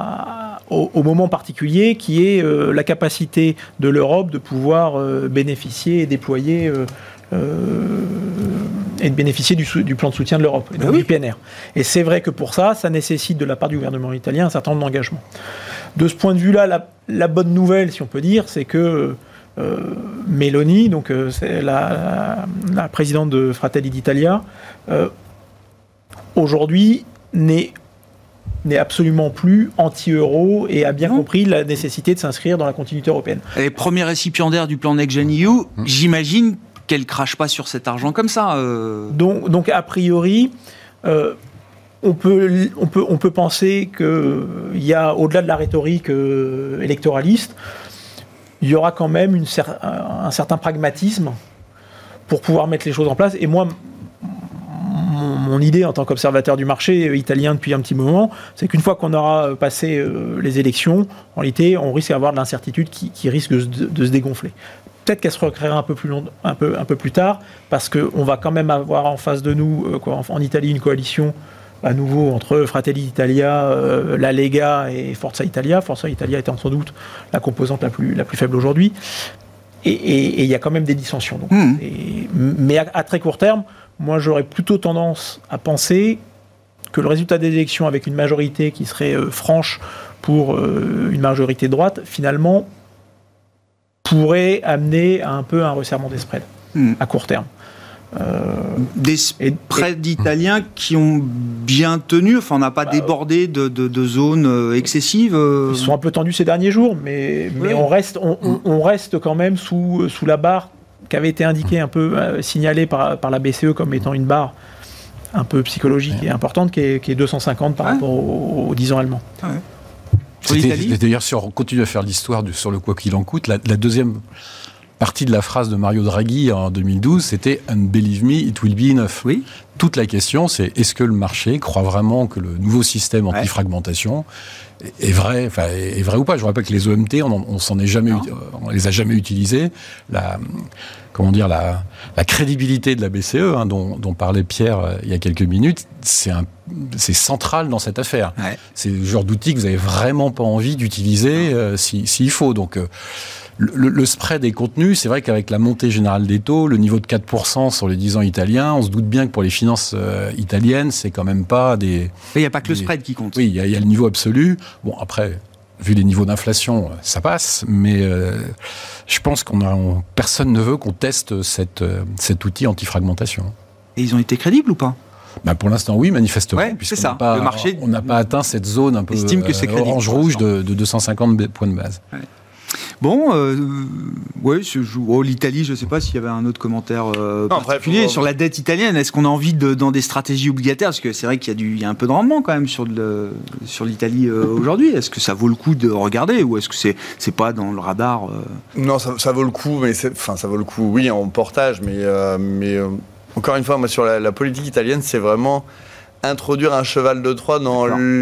à, au, au moment particulier qui est euh, la capacité de l'Europe de pouvoir euh, bénéficier et déployer... Euh, Euh, et de bénéficier du, du plan de soutien de l'Europe, et donc oui. du P N R. Et c'est vrai que pour ça, ça nécessite de la part du gouvernement italien un certain nombre d'engagements. De ce point de vue-là, la, la bonne nouvelle, si on peut dire, c'est que euh, Meloni, donc euh, c'est la, la, la présidente de Fratelli d'Italia, euh, aujourd'hui n'est n'est absolument plus anti-euro et a bien non. compris la nécessité de s'inscrire dans la continuité européenne. Elle est première récipiendaire du plan Next Gen E U, mmh. j'imagine qu'elle ne crache pas sur cet argent comme ça. Euh... Donc, donc, a priori, euh, on, peut, on, peut, on peut penser qu'il euh, y a, au-delà de la rhétorique euh, électoraliste, il y aura quand même une cer- un certain pragmatisme pour pouvoir mettre les choses en place. Et moi, mon, mon idée en tant qu'observateur du marché italien depuis un petit moment, c'est qu'une fois qu'on aura passé euh, les élections, en réalité, on risque d'avoir de l'incertitude qui, qui risque de, de se dégonfler. Peut-être qu'elle se recréera un peu plus long, un peu, un peu plus tard, parce qu'on va quand même avoir en face de nous, euh, quoi, en, en Italie, une coalition à nouveau entre Fratelli d'Italia, euh, la Lega et Forza Italia. Forza Italia étant sans doute la composante la plus, la plus faible aujourd'hui. Et il y a quand même des dissensions. Donc. Mmh. Et, mais à, à très court terme, moi j'aurais plutôt tendance à penser que le résultat des élections avec une majorité qui serait euh, franche pour euh, une majorité de droite, finalement, pourrait amener à un peu un resserrement des spreads. mmh. à court terme. Euh, des prêts d'Italiens qui ont bien tenu, enfin on n'a pas bah, débordé de, de, de zones excessives. Euh... Ils sont un peu tendus ces derniers jours, mais, mais oui. on, reste, on, on, on reste quand même sous, sous la barre qui avait été indiquée, un peu euh, signalée par, par la B C E comme étant une barre un peu psychologique ouais. et importante, qui est, qui est deux cent cinquante par ouais. rapport aux, aux dix ans allemands. Ouais. C'était, d'ailleurs, si on continue à faire l'histoire du, sur le quoi qu'il en coûte, la, la deuxième partie de la phrase de Mario Draghi en deux mille douze, c'était « And believe me, it will be enough ». Oui. Toute la question, c'est est-ce que le marché croit vraiment que le nouveau système anti-fragmentation ouais. est vrai, enfin, est vrai ou pas ? Je vous rappelle que les O M T, on, on s'en est jamais, on les a jamais utilisés. La, comment dire, la, la crédibilité de la B C E, hein, dont, dont parlait Pierre euh, il y a quelques minutes, c'est, un, c'est central dans cette affaire. Ouais. C'est le genre d'outil que vous n'avez vraiment pas envie d'utiliser euh, si, s'il faut. Donc, euh, Le, le spread est contenu. C'est vrai qu'avec la montée générale des taux, le niveau de quatre pour cent sur les dix ans italiens, on se doute bien que pour les finances euh, italiennes, c'est quand même pas des... Il n'y a pas que des, le spread qui compte. Oui, il y, y a le niveau absolu. Bon, après, vu les niveaux d'inflation, ça passe. Mais euh, je pense qu'on a, on, personne ne veut qu'on teste cette, euh, cet outil anti-fragmentation. Et ils ont été crédibles ou pas ? Ben pour l'instant, oui, manifestement. Ouais, c'est ça. Pas, le marché, on n'a pas atteint cette zone un peu euh, orange-rouge de, de deux cent cinquante points de base. Ouais. Bon, euh, ouais, je, je, oh, l'Italie, je ne sais pas s'il y avait un autre commentaire euh, non, particulier après, sur la dette italienne. Est-ce qu'on a envie de, dans des stratégies obligataires ? Parce que c'est vrai qu'il y a, du, il y a un peu de rendement quand même sur, le, sur l'Italie euh, aujourd'hui. Est-ce que ça vaut le coup de regarder ou est-ce que c'est, c'est pas dans le radar euh... Non, ça, ça vaut le coup, mais c'est, enfin, ça vaut le coup, oui, en portage, mais, euh, mais euh, encore une fois, moi, sur la, la politique italienne, c'est vraiment introduire un cheval de Troie dans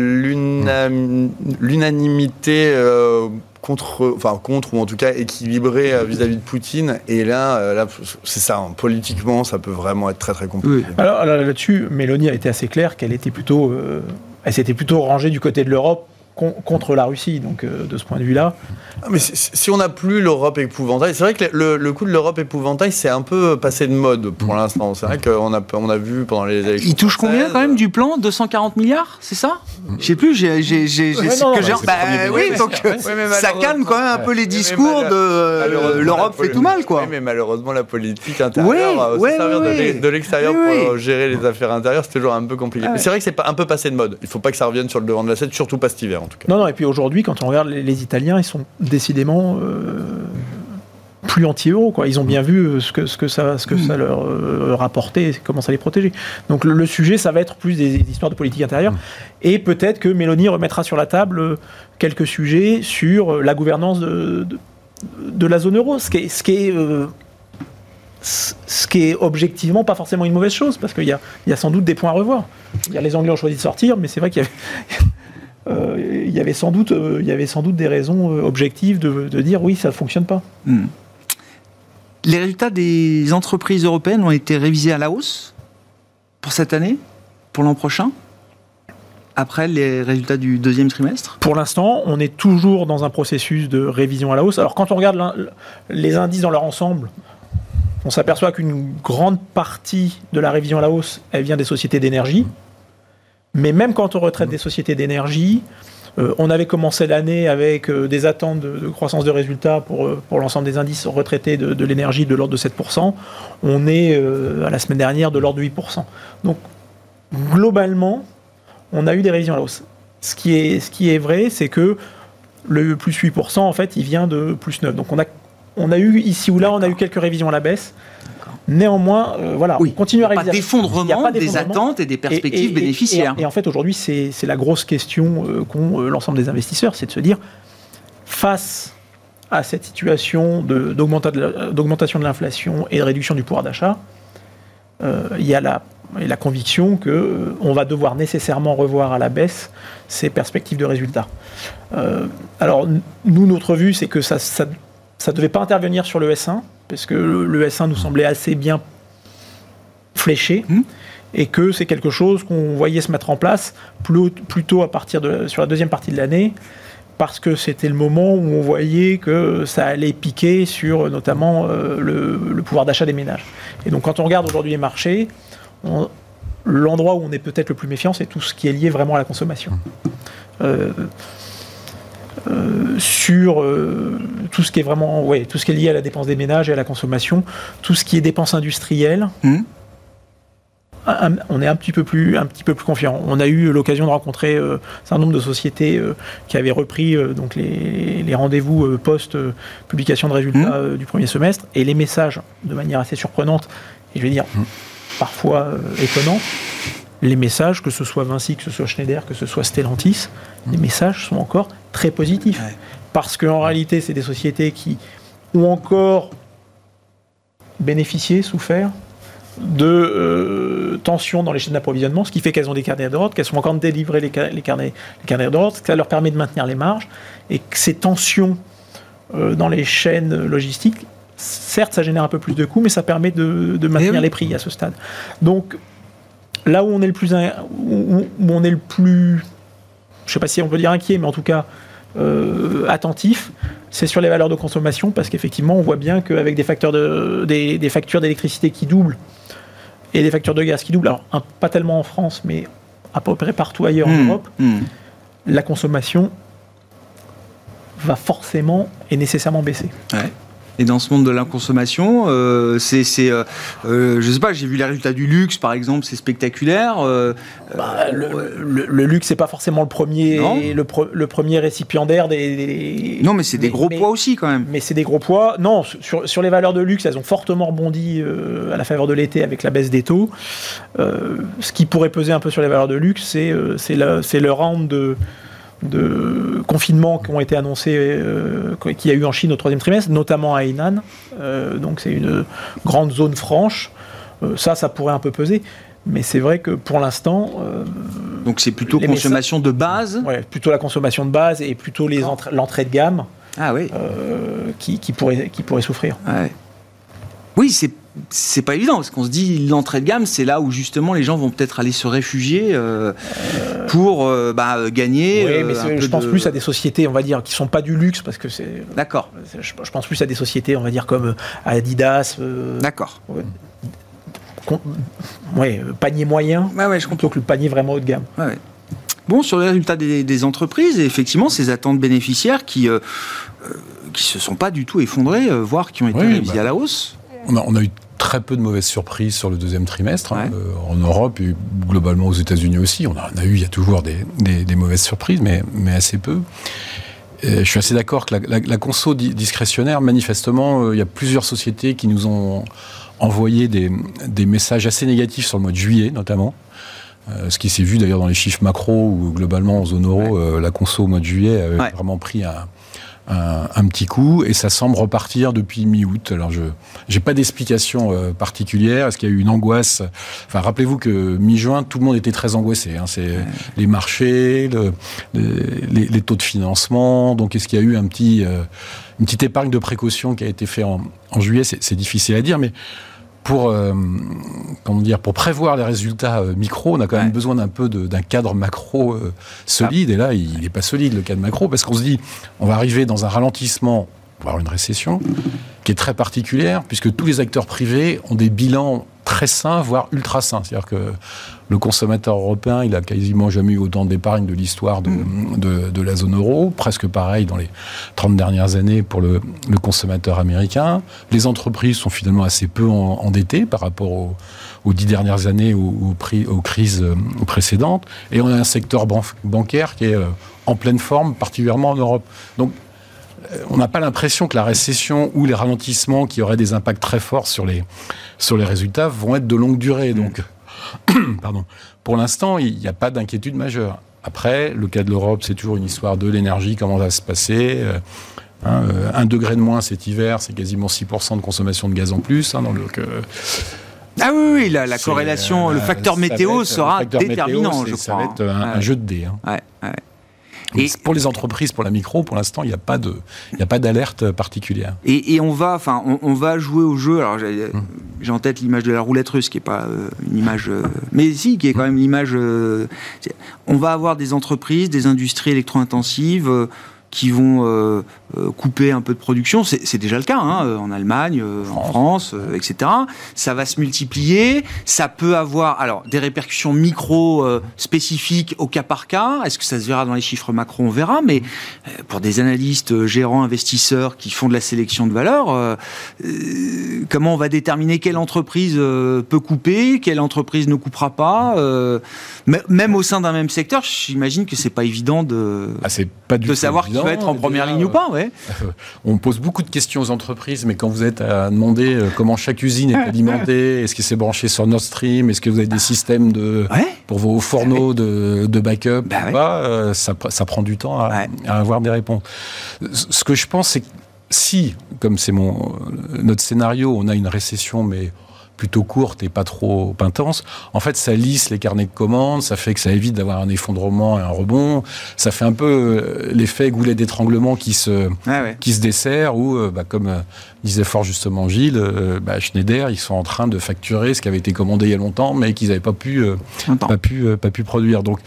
l'unam, l'unanimité euh, contre, enfin contre ou en tout cas équilibré euh, vis-à-vis de Poutine. Et là, euh, là c'est ça. Hein, politiquement, ça peut vraiment être très très compliqué. Oui. Alors, alors là-dessus, Mélanie a été assez claire qu'elle était plutôt, euh, elle s'était plutôt rangée du côté de l'Europe con, contre la Russie. Donc euh, de ce point de vue-là. Ah, mais si, si on n'a plus l'Europe épouvantail, c'est vrai que le, le coup de l'Europe épouvantail, c'est un peu passé de mode pour mmh. l'instant. C'est vrai qu'on a, on a vu pendant les élections. Il touche combien quand même du plan ? deux cent quarante milliards, c'est ça ? Je sais plus, j'ai, j'ai, j'ai, j'ai ouais, non, que non, j'ai. Bah, oui, oui, donc ouais, ça calme quand même un peu les discours mal, de euh, l'Europe fait tout mal, quoi. Oui, mais malheureusement, la politique intérieure, oui, se servir oui, de, de l'extérieur oui, pour oui. gérer les affaires intérieures, c'est toujours un peu compliqué. Ouais. Mais c'est vrai que c'est un peu passé de mode. Il faut pas que ça revienne sur le devant de la scène, surtout pas cet hiver, en tout cas. Non, non, et puis aujourd'hui, quand on regarde les, les Italiens, ils sont décidément euh, plus anti-euro, quoi. Ils ont bien vu ce que, ce que ça, ce que mmh. ça leur euh, rapportait, comment ça les protégeait. Donc le, le sujet, ça va être plus des, des histoires de politique intérieure. Mmh. Et peut-être que Mélanie remettra sur la table quelques sujets sur la gouvernance de, de, de la zone euro, ce qui est, ce qui est, euh, ce qui est objectivement pas forcément une mauvaise chose, parce qu'il y a, il y a sans doute des points à revoir. Il y a les Anglais ont choisi de sortir, mais c'est vrai qu'il y avait... Euh, il y avait sans doute, euh, il y avait sans doute des raisons euh, objectives de, de dire oui, ça ne fonctionne pas. Mmh. Les résultats des entreprises européennes ont été révisés à la hausse pour cette année, pour l'an prochain, après les résultats du deuxième trimestre ? Pour l'instant, on est toujours dans un processus de révision à la hausse. Alors quand on regarde les indices dans leur ensemble, on s'aperçoit qu'une grande partie de la révision à la hausse, elle vient des sociétés d'énergie. Mais même quand on retraite des sociétés d'énergie, euh, on avait commencé l'année avec euh, des attentes de, de croissance de résultats pour, euh, pour l'ensemble des indices retraités de, de l'énergie de l'ordre de sept pour cent. On est, euh, à la semaine dernière, de l'ordre de huit pour cent. Donc, globalement, on a eu des révisions à la hausse. Ce qui est, ce qui est vrai, c'est que le plus huit pour cent, en fait, il vient de plus neuf. Donc, on a, on a eu, ici ou là, on a eu quelques révisions à la baisse. Néanmoins, euh, voilà, oui, on continue à réviser. Pas d'effondrement, pas d'effondrement des attentes et des perspectives et, et, Et, bénéficiaires. et, et en fait, aujourd'hui, c'est, c'est la grosse question euh, qu'ont euh, l'ensemble des investisseurs, c'est de se dire, face à cette situation de, d'augmenta- d'augmentation de l'inflation et de réduction du pouvoir d'achat, euh, il y a la, la conviction qu'on euh, va devoir nécessairement revoir à la baisse ces perspectives de résultats. Euh, alors, nous, notre vue, c'est que ça ne devait pas intervenir sur le S un, parce que le S un nous semblait assez bien fléché, mmh. et que c'est quelque chose qu'on voyait se mettre en place plutôt à partir de, sur la deuxième partie de l'année, parce que c'était le moment où on voyait que ça allait piquer sur notamment euh, le, le pouvoir d'achat des ménages. Et donc quand on regarde aujourd'hui les marchés, on, l'endroit où on est peut-être le plus méfiant, c'est tout ce qui est lié vraiment à la consommation. Euh, euh, sur euh, tout ce qui est vraiment, ouais, tout ce qui est lié à la dépense des ménages et à la consommation, tout ce qui est dépenses industrielles. Mmh. Un, on est un petit peu plus, un petit peu plus confiant. On a eu l'occasion de rencontrer euh, un certain nombre de sociétés euh, qui avaient repris euh, donc les, les rendez-vous euh, post-publication de résultats mmh. euh, du premier semestre, et les messages, de manière assez surprenante, et je vais dire mmh. parfois euh, étonnante, les messages, que ce soit Vinci, que ce soit Schneider, que ce soit Stellantis, mmh. les messages sont encore très positifs. Ouais. Parce qu'en réalité, c'est des sociétés qui ont encore bénéficié, souffert de euh, tensions dans les chaînes d'approvisionnement, ce qui fait qu'elles ont des carnets d'ordre, qu'elles sont encore délivrées les, les, carnets, les carnets d'ordre, que ça leur permet de maintenir les marges, et que ces tensions euh, dans les chaînes logistiques, certes, ça génère un peu plus de coûts, mais ça permet de, de maintenir oui. les prix à ce stade. Donc, là où on est le plus, où, où on est le plus, je ne sais pas si on peut dire inquiet, mais en tout cas euh, attentif, c'est sur les valeurs de consommation, parce qu'effectivement, on voit bien qu'avec des, facteurs de, des, des factures d'électricité qui doublent, et des factures de gaz qui doublent, alors un, pas tellement en France, mais à peu près partout ailleurs mmh, en Europe, mmh. la consommation va forcément et nécessairement baisser. Ouais. Et dans ce monde de la consommation, euh, c'est, c'est euh, euh, je sais pas, j'ai vu les résultats du luxe, par exemple, c'est spectaculaire. Euh, bah, le, euh, le, le luxe, c'est pas forcément le premier, le, pro, le premier récipiendaire des, des. Non, mais c'est des mais, gros mais, poids aussi, quand même. Mais c'est des gros poids. Non, sur, sur les valeurs de luxe, elles ont fortement rebondi euh, à la faveur de l'été avec la baisse des taux. Euh, ce qui pourrait peser un peu sur les valeurs de luxe, c'est, euh, c'est, la, c'est le round de. de confinement qui ont été annoncés, euh, qu'il y a eu en Chine au troisième trimestre, notamment à Hainan. Euh, donc c'est une grande zone franche. Euh, ça, ça pourrait un peu peser. Mais c'est vrai que pour l'instant... Euh, donc c'est plutôt consommation messages, de base. Ouais, plutôt la consommation de base et plutôt les entrées, l'entrée de gamme ah, oui. euh, qui, qui, pourrait, qui pourrait souffrir. Ouais. Oui, c'est c'est pas évident, parce qu'on se dit l'entrée de gamme, c'est là où justement les gens vont peut-être aller se réfugier euh, euh, pour euh, bah, gagner. Oui, mais euh, je pense de... plus à des sociétés, on va dire, qui sont pas du luxe, parce que c'est. D'accord. Je, je pense plus à des sociétés, on va dire, comme Adidas. Euh, D'accord. Ouais, con, ouais, panier moyen. Ouais, ouais, je comprends. Plutôt que le panier vraiment haut de gamme. Ouais, ouais. Bon, sur les résultats des, des entreprises, effectivement, ces attentes bénéficiaires qui euh, euh, qui se sont pas du tout effondrées, euh, voire qui ont été oui, révisées bah, à la hausse. On a, on a eu très peu de mauvaises surprises sur le deuxième trimestre, ouais. hein, euh, en Europe et globalement aux États-Unis aussi. On a, on a eu, il y a toujours des, des, des mauvaises surprises, mais, mais assez peu. Et je suis assez d'accord que la, la, la conso discrétionnaire, manifestement, euh, il y a plusieurs sociétés qui nous ont envoyé des, des messages assez négatifs sur le mois de juillet, notamment. Euh, ce qui s'est vu d'ailleurs dans les chiffres macro, où globalement, en zone euro, ouais. euh, la conso au mois de juillet avait ouais. vraiment pris un... Un, un petit coup, et ça semble repartir depuis mi-août. Alors, je n'ai pas d'explication euh, particulière. Est-ce qu'il y a eu une angoisse ? Enfin, rappelez-vous que mi-juin, tout le monde était très angoissé. Hein. C'est ouais. les marchés, le, les, les taux de financement. Donc, est-ce qu'il y a eu un petit, euh, une petite épargne de précaution qui a été faite en, en juillet ? c'est, c'est difficile à dire, mais pour, euh, comment dire, pour prévoir les résultats euh, micro, on a quand même ouais. besoin d'un peu de, d'un cadre macro euh, solide. Ah. Et là, il n'est pas solide, le cadre macro, parce qu'on se dit, on va arriver dans un ralentissement, voire une récession, qui est très particulière, puisque tous les acteurs privés ont des bilans très sains, voire ultra sains. C'est-à-dire que le consommateur européen, il a quasiment jamais eu autant d'épargne de l'histoire de, mmh. de, de la zone euro. Presque pareil dans les trente dernières années pour le, le consommateur américain. Les entreprises sont finalement assez peu en, endettées par rapport aux, aux dix dernières années, aux, aux, prix, aux crises précédentes. Et on a un secteur ban- bancaire qui est en pleine forme, particulièrement en Europe. Donc, on n'a pas l'impression que la récession ou les ralentissements qui auraient des impacts très forts sur les, sur les résultats vont être de longue durée. Donc, pardon. Pour l'instant, il n'y a pas d'inquiétude majeure. Après, le cas de l'Europe, c'est toujours une histoire de l'énergie, comment ça va se passer. Euh, hein, euh, un degré de moins cet hiver, c'est quasiment six pour cent de consommation de gaz en plus. Hein, dans le, euh, ah oui, oui, la, la corrélation, euh, le facteur météo être, sera facteur déterminant, météo, je ça crois. Ça va être un, hein. un jeu de dés. Hein. Ouais, ouais. Et pour les entreprises, pour la micro, pour l'instant, il n'y a pas de, il n'y a pas d'alerte particulière. Et, et on va, enfin, on, on va jouer au jeu. Alors, j'ai, hum. j'ai en tête l'image de la roulette russe, qui est pas euh, une image, euh, mais si, qui est quand même l'image. Euh, on va avoir des entreprises, des industries électro-intensives euh, qui vont euh, euh, couper un peu de production. C'est, c'est déjà le cas hein, en Allemagne, euh, en France, euh, et cetera. Ça va se multiplier. Ça peut avoir alors des répercussions micro euh, spécifiques au cas par cas. Est-ce que ça se verra dans les chiffres macro? On verra. Mais euh, pour des analystes, euh, gérants, investisseurs qui font de la sélection de valeur, euh, euh, comment on va déterminer quelle entreprise euh, peut couper, quelle entreprise ne coupera pas euh, même au sein d'un même secteur, j'imagine que c'est pas évident de, ah, c'est pas du de tout savoir évident. qui va être en première ligne ou pas. Ouais. Euh, on pose beaucoup de questions aux entreprises, mais quand vous êtes à demander euh, comment chaque usine est alimentée, est-ce que c'est branché sur Nord Stream, est-ce que vous avez des systèmes de, ouais. pour vos fourneaux de, de backup bah ou ouais. pas, euh, ça, ça prend du temps à, ouais. à avoir des réponses. Ce que je pense, c'est que si, comme c'est mon, notre scénario, on a une récession, mais plutôt courte et pas trop intense, en fait, ça lisse les carnets de commandes, ça fait que ça évite d'avoir un effondrement et un rebond, ça fait un peu l'effet goulet d'étranglement qui se, ah ouais. qui se dessert, où, bah, comme euh, disait fort justement Gilles, euh, bah, Schneider, ils sont en train de facturer ce qui avait été commandé il y a longtemps, mais qu'ils n'avaient pas pu, euh, pas pu, euh, pas pu produire. Donc,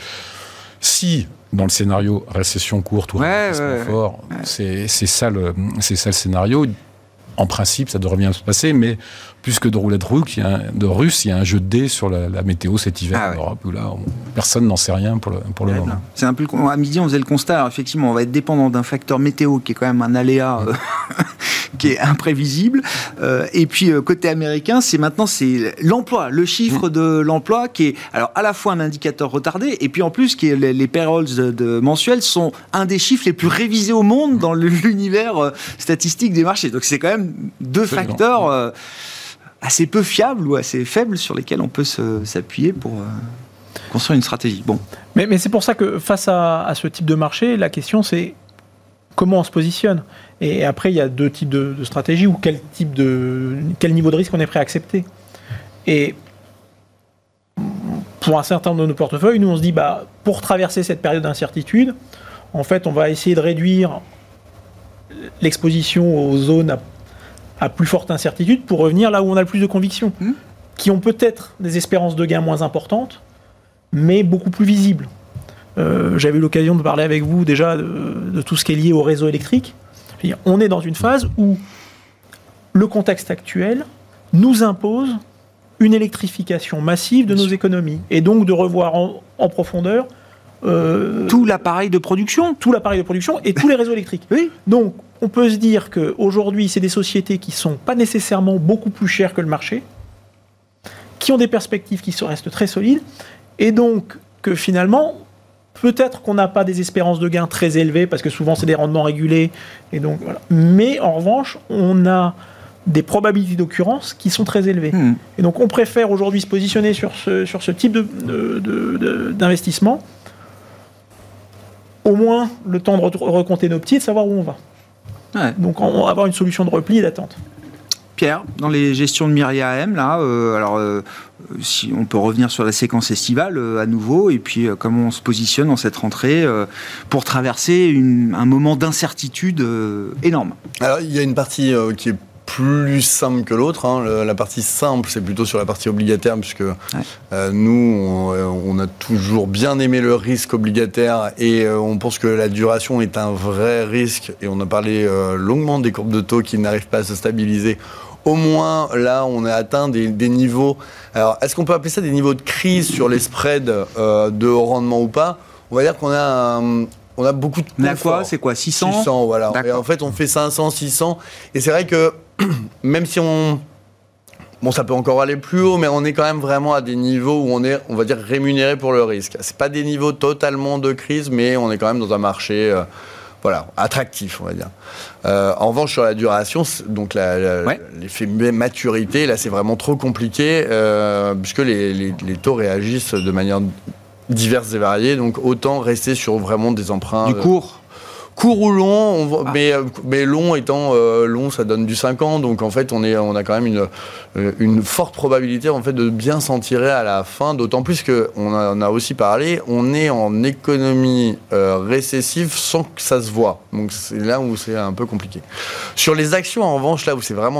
si dans le scénario récession courte ou ouais, récession ouais, fort, ouais. c'est, c'est ça le, c'est ça le scénario. En principe, ça devrait bien se passer, mais plus que de roulette russe, il y a un, de russe, il y a un jeu de dés sur la, la météo cet hiver ah en ouais. Europe, où là, on, personne n'en sait rien pour le, pour le ouais, moment. C'est un peu le, à midi, on faisait le constat. Alors, effectivement, on va être dépendant d'un facteur météo qui est quand même un aléa euh, qui est imprévisible. Euh, et puis, euh, côté américain, c'est maintenant c'est l'emploi, le chiffre mmh. de l'emploi qui est alors à la fois un indicateur retardé, et puis en plus, qui est les, les payrolls de, de mensuels sont un des chiffres les plus révisés au monde dans l'univers euh, statistique des marchés. Donc, c'est quand même deux c'est facteurs euh, assez peu fiables ou assez faibles sur lesquels on peut se, s'appuyer pour euh, construire une stratégie. Bon. Mais, mais c'est pour ça que face à, à ce type de marché, la question c'est comment on se positionne. Et après, il y a deux types de, de stratégies ou quel, type de, quel niveau de risque on est prêt à accepter. Et pour un certain nombre de nos portefeuilles, nous on se dit, bah, pour traverser cette période d'incertitude, en fait, on va essayer de réduire l'exposition aux zones à à plus forte incertitude pour revenir là où on a le plus de conviction, mmh. qui ont peut-être des espérances de gains moins importantes, mais beaucoup plus visibles. Euh, j'avais eu l'occasion de parler avec vous déjà de, de tout ce qui est lié au réseau électrique. C'est-à-dire, on est dans une phase où le contexte actuel nous impose une électrification massive de nos économies, et donc de revoir en, en profondeur Euh, tout l'appareil de production tout l'appareil de production et tous les réseaux électriques. Oui. Donc, on peut se dire qu'aujourd'hui, c'est des sociétés qui ne sont pas nécessairement beaucoup plus chères que le marché, qui ont des perspectives qui restent très solides, et donc que finalement, peut-être qu'on n'a pas des espérances de gains très élevées, parce que souvent, c'est des rendements régulés, et donc, voilà. Mais en revanche, on a des probabilités d'occurrence qui sont très élevées. Mmh. Et donc, on préfère aujourd'hui se positionner sur ce, sur ce type de, de, de, de, d'investissement, au moins le temps de recompter nos petits et de savoir où on va. Ouais. Donc on va avoir une solution de repli et d'attente. Pierre, dans les gestions de Myriam, là, euh, alors euh, si on peut revenir sur la séquence estivale euh, à nouveau, et puis euh, comment on se positionne dans cette rentrée euh, pour traverser une, un moment d'incertitude euh, énorme. Alors il y a une partie euh, qui est plus simple que l'autre. Hein. Le, la partie simple, c'est plutôt sur la partie obligataire, puisque ouais. euh, nous, on, on a toujours bien aimé le risque obligataire et euh, on pense que la duration est un vrai risque. Et on a parlé euh, longuement des courbes de taux qui n'arrivent pas à se stabiliser. Au moins, là, on a atteint des, des niveaux... Alors, est-ce qu'on peut appeler ça des niveaux de crise sur les spreads euh, de haut rendement ou pas ? On va dire qu'on a un... On a beaucoup de confort. On a quoi ? C'est quoi ? six cents ? six cents, voilà. Et en fait, on fait cinq cents, six cents. Et c'est vrai que, même si on... Bon, ça peut encore aller plus haut, mais on est quand même vraiment à des niveaux où on est, on va dire, rémunéré pour le risque. C'est pas des niveaux totalement de crise, mais on est quand même dans un marché... Euh, Voilà, attractif, on va dire. Euh, en revanche, sur la duration, donc la, la, ouais. l'effet maturité, là, c'est vraiment trop compliqué, euh, puisque les, les, les taux réagissent de manière diverse et variée, donc autant rester sur vraiment des emprunts... Du court Court ou long, on, ah. mais, mais long étant euh, long, ça donne du cinq ans, donc en fait, on, est, on a quand même une, une forte probabilité en fait, de bien s'en tirer à la fin, d'autant plus qu'on en a aussi parlé, on est en économie euh, récessive sans que ça se voit. Donc c'est là où c'est un peu compliqué. Sur les actions, en revanche, là où c'est vraiment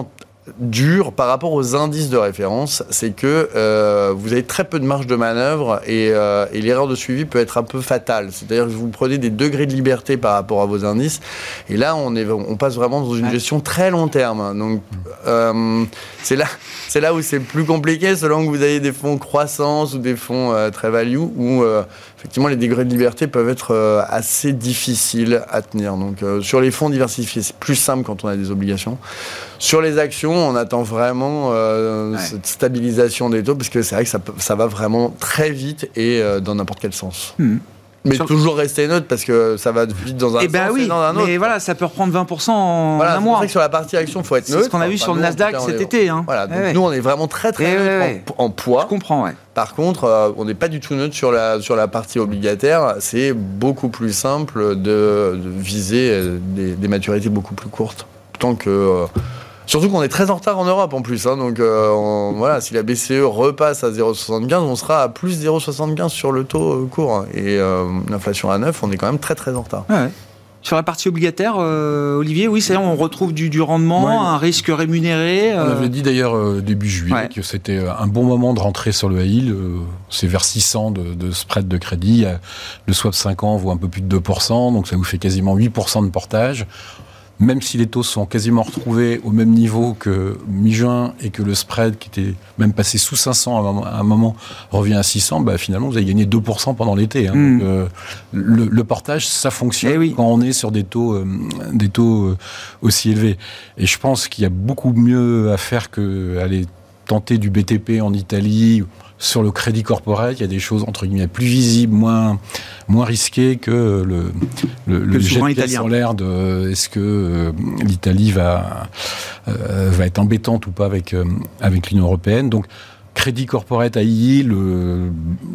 dur par rapport aux indices de référence, c'est que euh, vous avez très peu de marge de manœuvre et, euh, et l'erreur de suivi peut être un peu fatale. C'est-à-dire que vous prenez des degrés de liberté par rapport à vos indices et là on, est, on passe vraiment dans une ouais. gestion très long terme. Donc euh, c'est, là, c'est là où c'est plus compliqué selon que vous avez des fonds croissance ou des fonds euh, très value où euh, effectivement les degrés de liberté peuvent être euh, assez difficiles à tenir. Donc euh, sur les fonds diversifiés c'est plus simple quand on a des obligations. Sur les actions, on attend vraiment euh, ouais. cette stabilisation des taux, parce que c'est vrai que ça, ça va vraiment très vite et euh, dans n'importe quel sens. Mmh. Mais Sur... toujours rester neutre, parce que ça va vite dans un et sens ben oui, et dans un autre. Mais voilà, ça peut reprendre vingt pour cent en voilà, un mois. C'est vrai que sur la partie action, il faut être neutre. C'est ce qu'on a vu enfin, sur le Nasdaq cas, cet est... été. Hein. Voilà, donc ouais, nous, ouais. on est vraiment très très et neutre ouais, en, en poids. Je comprends, ouais. Par contre, euh, on n'est pas du tout neutre sur la, sur la partie obligataire. C'est beaucoup plus simple de, de viser des, des maturités beaucoup plus courtes. Tant que... Euh, Surtout qu'on est très en retard en Europe en plus, hein, donc euh, on, voilà, si la B C E repasse à zéro virgule soixante-quinze, on sera à plus zéro virgule soixante-quinze sur le taux euh, court. Hein, et euh, l'inflation à neuf, on est quand même très très en retard. Ouais. Sur la partie obligataire, euh, Olivier, oui, c'est on retrouve du, du rendement, ouais. un risque rémunéré. Euh... On avait dit d'ailleurs euh, début juillet ouais. que c'était un bon moment de rentrer sur le high yield. Euh, c'est vers six cents de, de spread de crédit. Le swap cinq ans vaut un peu plus de deux pour cent, donc ça vous fait quasiment huit pour cent de portage. Même si les taux sont quasiment retrouvés au même niveau que mi-juin et que le spread qui était même passé sous cinq cents à un moment, à un moment revient à six cents, bah finalement vous avez gagné deux pour cent pendant l'été. Hein. Mmh. Donc, euh, le, le portage, ça fonctionne oui. quand on est sur des taux, euh, des taux euh, aussi élevés. Et je pense qu'il y a beaucoup mieux à faire qu'aller tenter du B T P en Italie. Sur le crédit corporate, il y a des choses entre guillemets plus visibles, moins moins risquées que le le, le jet de pièces en l'air de est-ce que euh, l'Italie va euh, va être embêtante ou pas avec euh, avec l'Union européenne. Donc crédit corporate à I I, le,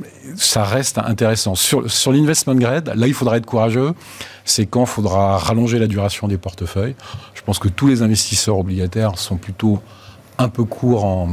ça reste intéressant. Sur sur l'investment grade, là il faudra être courageux. C'est quand il faudra rallonger la duration des portefeuilles. Je pense que tous les investisseurs obligataires sont plutôt un peu courts en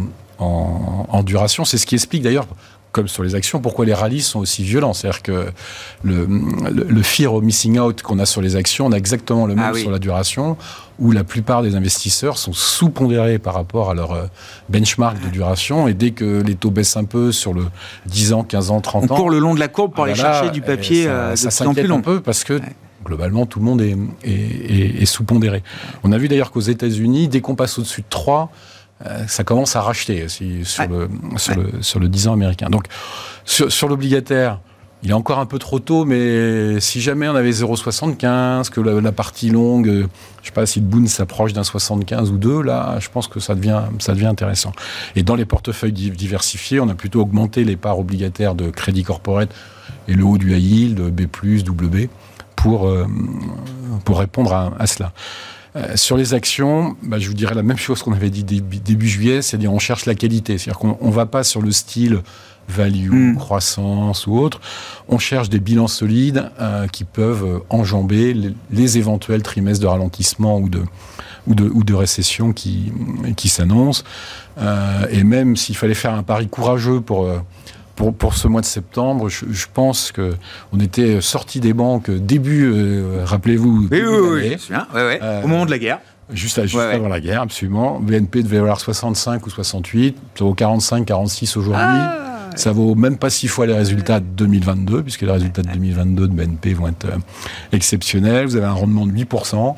En, en duration. C'est ce qui explique d'ailleurs, comme sur les actions, pourquoi les rallyes sont aussi violents. C'est-à-dire que le, le, le fear of missing out qu'on a sur les actions, on a exactement le même ah oui. sur la duration, où la plupart des investisseurs sont sous-pondérés par rapport à leur benchmark de duration, et dès que les taux baissent un peu sur le dix ans, quinze ans, trente ans... On court le long de la courbe pour aller voilà, chercher du papier ça, de ça plus en plus long. un peu parce que... Ouais. Globalement, tout le monde est, est, est, est sous-pondéré. On a vu d'ailleurs qu'aux États-Unis, dès qu'on passe au-dessus de trois, euh, ça commence à racheter aussi, sur, ouais. le, sur, ouais. le, sur le dix ans américain. Donc, sur, sur l'obligataire, il est encore un peu trop tôt, mais si jamais on avait zéro virgule soixante-quinze, que la, la partie longue, je ne sais pas si le Bund s'approche d'un soixante-quinze ou deux, là, je pense que ça devient, ça devient intéressant. Et dans les portefeuilles diversifiés, on a plutôt augmenté les parts obligataires de crédit corporate et le haut du high yield, B plus, double B, pour, euh, pour répondre à, à cela. Euh, sur les actions, bah, je vous dirais la même chose qu'on avait dit début, début juillet, c'est-à-dire on cherche la qualité. C'est-à-dire qu'on ne va pas sur le style value, mmh. croissance ou autre. On cherche des bilans solides euh, qui peuvent enjamber les, les éventuels trimestres de ralentissement ou de, ou de, ou de récession qui, qui s'annoncent. Euh, et même s'il fallait faire un pari courageux pour... Euh, Pour, pour ce mois de septembre, je, je pense qu'on était sorti des banques début, euh, rappelez-vous, oui, oui, oui, oui, oui. Ouais, ouais. Euh, au moment de la guerre. Juste, à, juste ouais, avant ouais. la guerre, absolument. B N P devait valoir soixante-cinq ou soixante-huit, ça vaut quarante-cinq, quarante-six aujourd'hui. Ah, ouais. Ça vaut même pas six fois les résultats de deux mille vingt-deux, puisque les résultats de deux mille vingt-deux de B N P vont être euh, exceptionnels. Vous avez un rendement de huit pour cent.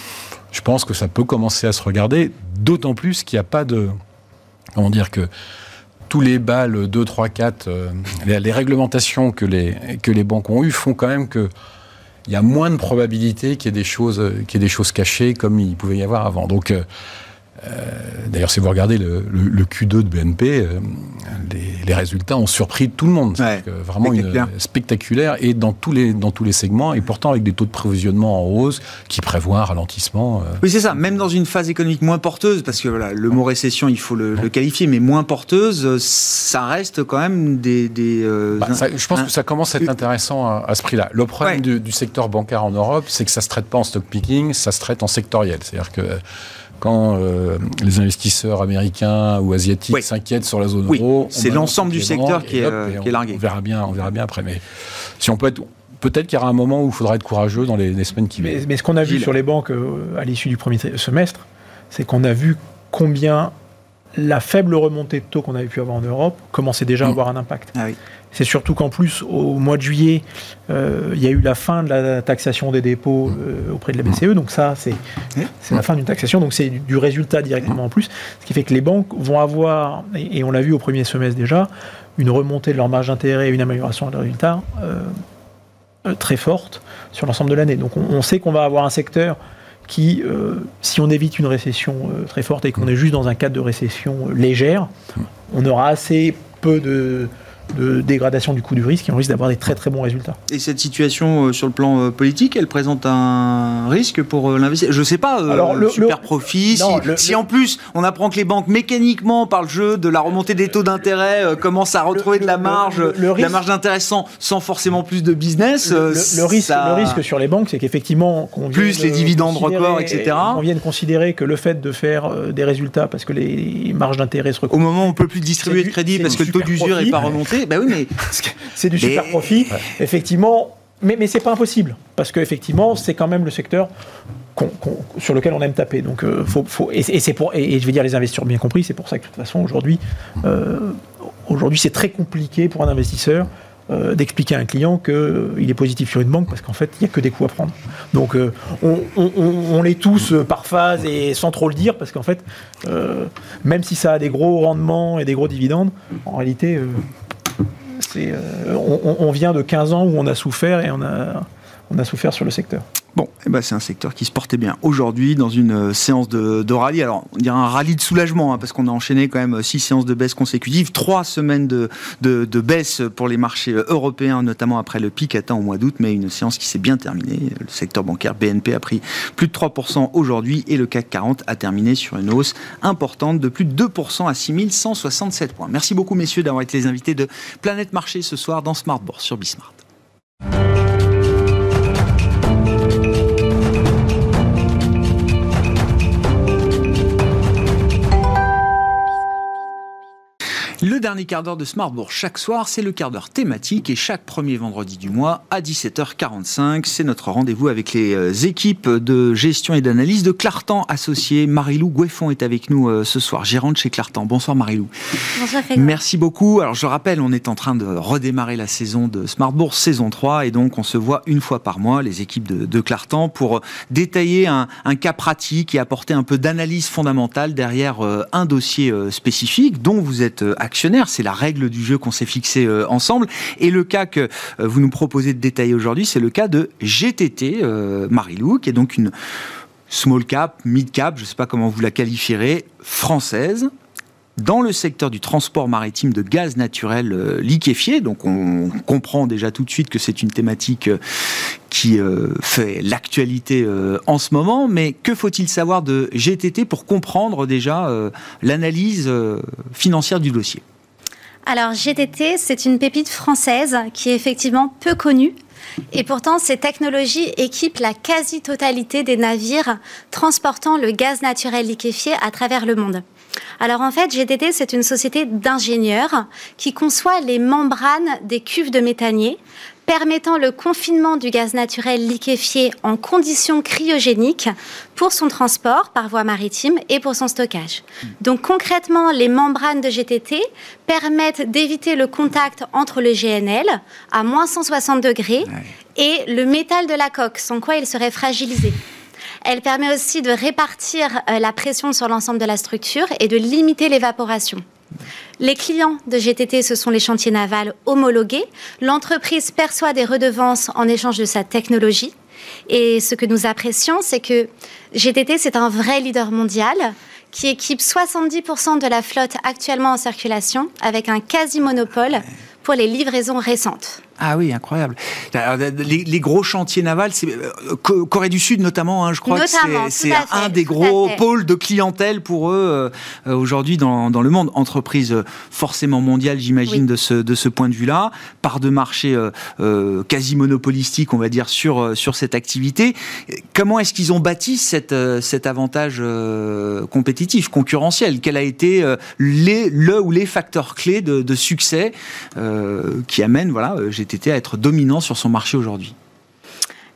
Je pense que ça peut commencer à se regarder, d'autant plus qu'il n'y a pas de... Comment dire que... tous les B A L deux, trois, quatre, euh, les, les réglementations que les, que les banques ont eues font quand même qu'il y a moins de probabilité qu'il y ait des choses, qu'il y ait des choses cachées comme il pouvait y avoir avant. Donc, euh, euh, d'ailleurs, si vous regardez le, le, le Q deux de B N P, euh, les, les résultats ont surpris tout le monde. Ouais, c'est vraiment spectaculaire. Une, spectaculaire et dans tous, les, dans tous les segments, et pourtant avec des taux de provisionnement en hausse qui prévoient un ralentissement. Euh... Oui, c'est ça. Même dans une phase économique moins porteuse, parce que voilà, le mot récession, il faut le, le qualifier, mais moins porteuse, ça reste quand même des... des euh, bah, ça, je pense un, que ça commence à être intéressant à, à ce prix-là. Le problème ouais. du, du secteur bancaire en Europe, c'est que ça ne se traite pas en stock picking, ça se traite en sectoriel. C'est-à-dire que quand euh, les investisseurs américains ou asiatiques oui. s'inquiètent sur la zone oui. euro, c'est l'ensemble du secteur qui est, hop, euh, qui est largué. On verra bien, on verra bien après. Mais si on peut être, peut-être qu'il y aura un moment où il faudra être courageux dans les, les semaines qui viennent. Mais, mais ce qu'on a vu Gilles. sur les banques euh, à l'issue du premier semestre, c'est qu'on a vu combien la faible remontée de taux qu'on avait pu avoir en Europe commençait déjà à avoir un impact. Ah oui. C'est surtout qu'en plus, au mois de juillet, euh, il y a eu la fin de la taxation des dépôts euh, auprès de la B C E. Donc ça, c'est, c'est la fin d'une taxation. Donc c'est du, du résultat directement en plus. Ce qui fait que les banques vont avoir, et, et on l'a vu au premier semestre déjà, une remontée de leur marge d'intérêt et une amélioration des résultats euh, euh, très forte sur l'ensemble de l'année. Donc on, on sait qu'on va avoir un secteur qui, euh, si on évite une récession euh, très forte et qu'on est juste dans un cadre de récession euh, légère, on aura assez peu de, de dégradation du coût du risque et on risque d'avoir des très très bons résultats. Et cette situation euh, sur le plan euh, politique, elle présente un risque pour euh, l'investisseur ? Je ne sais pas, euh, Alors, le, super le, profit, non, si, le, si le, en plus on apprend que les banques mécaniquement par le jeu de la remontée des taux d'intérêt euh, commencent à retrouver de la marge, le, le, le risque, la marge d'intérêt sans, sans forcément plus de business. Le, le, le, risque, ça... le risque sur les banques, c'est qu'effectivement qu'on plus les dividendes records, et cetera. On vient de considérer que le fait de faire euh, des résultats parce que les marges d'intérêt se recoupent. Au moment où on ne peut plus distribuer de crédit parce que le taux d'usure n'est pas remonté, bah oui, mais c'est du super mais... profit. Ouais. Effectivement, mais, mais c'est pas impossible. Parce qu'effectivement, c'est quand même le secteur qu'on, qu'on, sur lequel on aime taper. Donc, euh, faut, faut, et, et, c'est pour, et, et je vais dire les investisseurs bien compris, c'est pour ça que de toute façon, aujourd'hui, euh, aujourd'hui c'est très compliqué pour un investisseur euh, d'expliquer à un client qu'il euh, est positif sur une banque parce qu'en fait, il n'y a que des coûts à prendre. Donc, euh, on, on, on, on les tous euh, par phase et sans trop le dire parce qu'en fait, euh, même si ça a des gros rendements et des gros dividendes, en réalité... Euh, C'est, euh, on, on vient de quinze ans où on a souffert et on a, on a souffert sur le secteur. Bon, eh ben c'est un secteur qui se portait bien aujourd'hui dans une euh, séance de, de rallye. Alors, on dirait un rallye de soulagement, hein, parce qu'on a enchaîné quand même six séances de baisse consécutives, trois semaines de, de, de baisse pour les marchés européens, notamment après le pic atteint au mois d'août, mais une séance qui s'est bien terminée. Le secteur bancaire B N P a pris plus de trois pour cent aujourd'hui et le C A C quarante a terminé sur une hausse importante de plus de deux pour cent à six mille cent soixante-sept points. Merci beaucoup, messieurs, d'avoir été les invités de Planète Marché ce soir dans Smart Bourse sur Bismart. Le dernier quart d'heure de Smart Bourse chaque soir, c'est le quart d'heure thématique et chaque premier vendredi du mois à dix-sept heures quarante-cinq, c'est notre rendez-vous avec les équipes de gestion et d'analyse de Clartan Associés. Marie-Lou Goueffon est avec nous ce soir, gérante chez Clartan. Bonsoir Marie-Lou. Bonsoir Frédéric. Merci beaucoup. Alors je rappelle, on est en train de redémarrer la saison de Smart Bourse, saison trois, et donc on se voit une fois par mois, les équipes de, de Clartan, pour détailler un, un cas pratique et apporter un peu d'analyse fondamentale derrière un dossier spécifique dont vous êtes actionnaire. C'est la règle du jeu qu'on s'est fixé euh, ensemble. Et le cas que euh, vous nous proposez de détailler aujourd'hui, c'est le cas de G T T, euh, Marie-Lou, qui est donc une small cap, mid cap, je ne sais pas comment vous la qualifierez, française, dans le secteur du transport maritime de gaz naturel euh, liquéfié. Donc on comprend déjà tout de suite que c'est une thématique euh, qui euh, fait l'actualité euh, en ce moment. Mais que faut-il savoir de G T T pour comprendre déjà euh, l'analyse euh, financière du dossier ? Alors G T T, c'est une pépite française qui est effectivement peu connue. Et pourtant, ces technologies équipent la quasi-totalité des navires transportant le gaz naturel liquéfié à travers le monde. Alors en fait, G T T, c'est une société d'ingénieurs qui conçoit les membranes des cuves de méthanier, permettant le confinement du gaz naturel liquéfié en conditions cryogéniques pour son transport par voie maritime et pour son stockage. Donc concrètement, les membranes de G T T permettent d'éviter le contact entre le G N L à moins cent soixante degrés et le métal de la coque, sans quoi il serait fragilisé. Elle permet aussi de répartir euh, la pression sur l'ensemble de la structure et de limiter l'évaporation. Les clients de G T T, ce sont les chantiers navals homologués. L'entreprise perçoit des redevances en échange de sa technologie. Et ce que nous apprécions, c'est que G T T, c'est un vrai leader mondial qui équipe soixante-dix pour cent de la flotte actuellement en circulation avec un quasi-monopole pour les livraisons récentes. Ah oui, incroyable. Les, les gros chantiers navals, c'est euh, Corée du Sud notamment, hein, je crois notamment, que c'est, c'est un des gros pôles de clientèle pour eux euh, aujourd'hui dans, dans le monde. Entreprise forcément mondiale, j'imagine, oui. de, ce, de ce point de vue-là. Part de marché euh, euh, quasi monopolistique, on va dire, sur, sur cette activité. Comment est-ce qu'ils ont bâti cette, cet avantage euh, compétitif, concurrentiel ? Quel a été euh, les, le ou les facteurs clés de, de succès euh, qui amènent, voilà, G T T à être dominant sur son marché aujourd'hui ?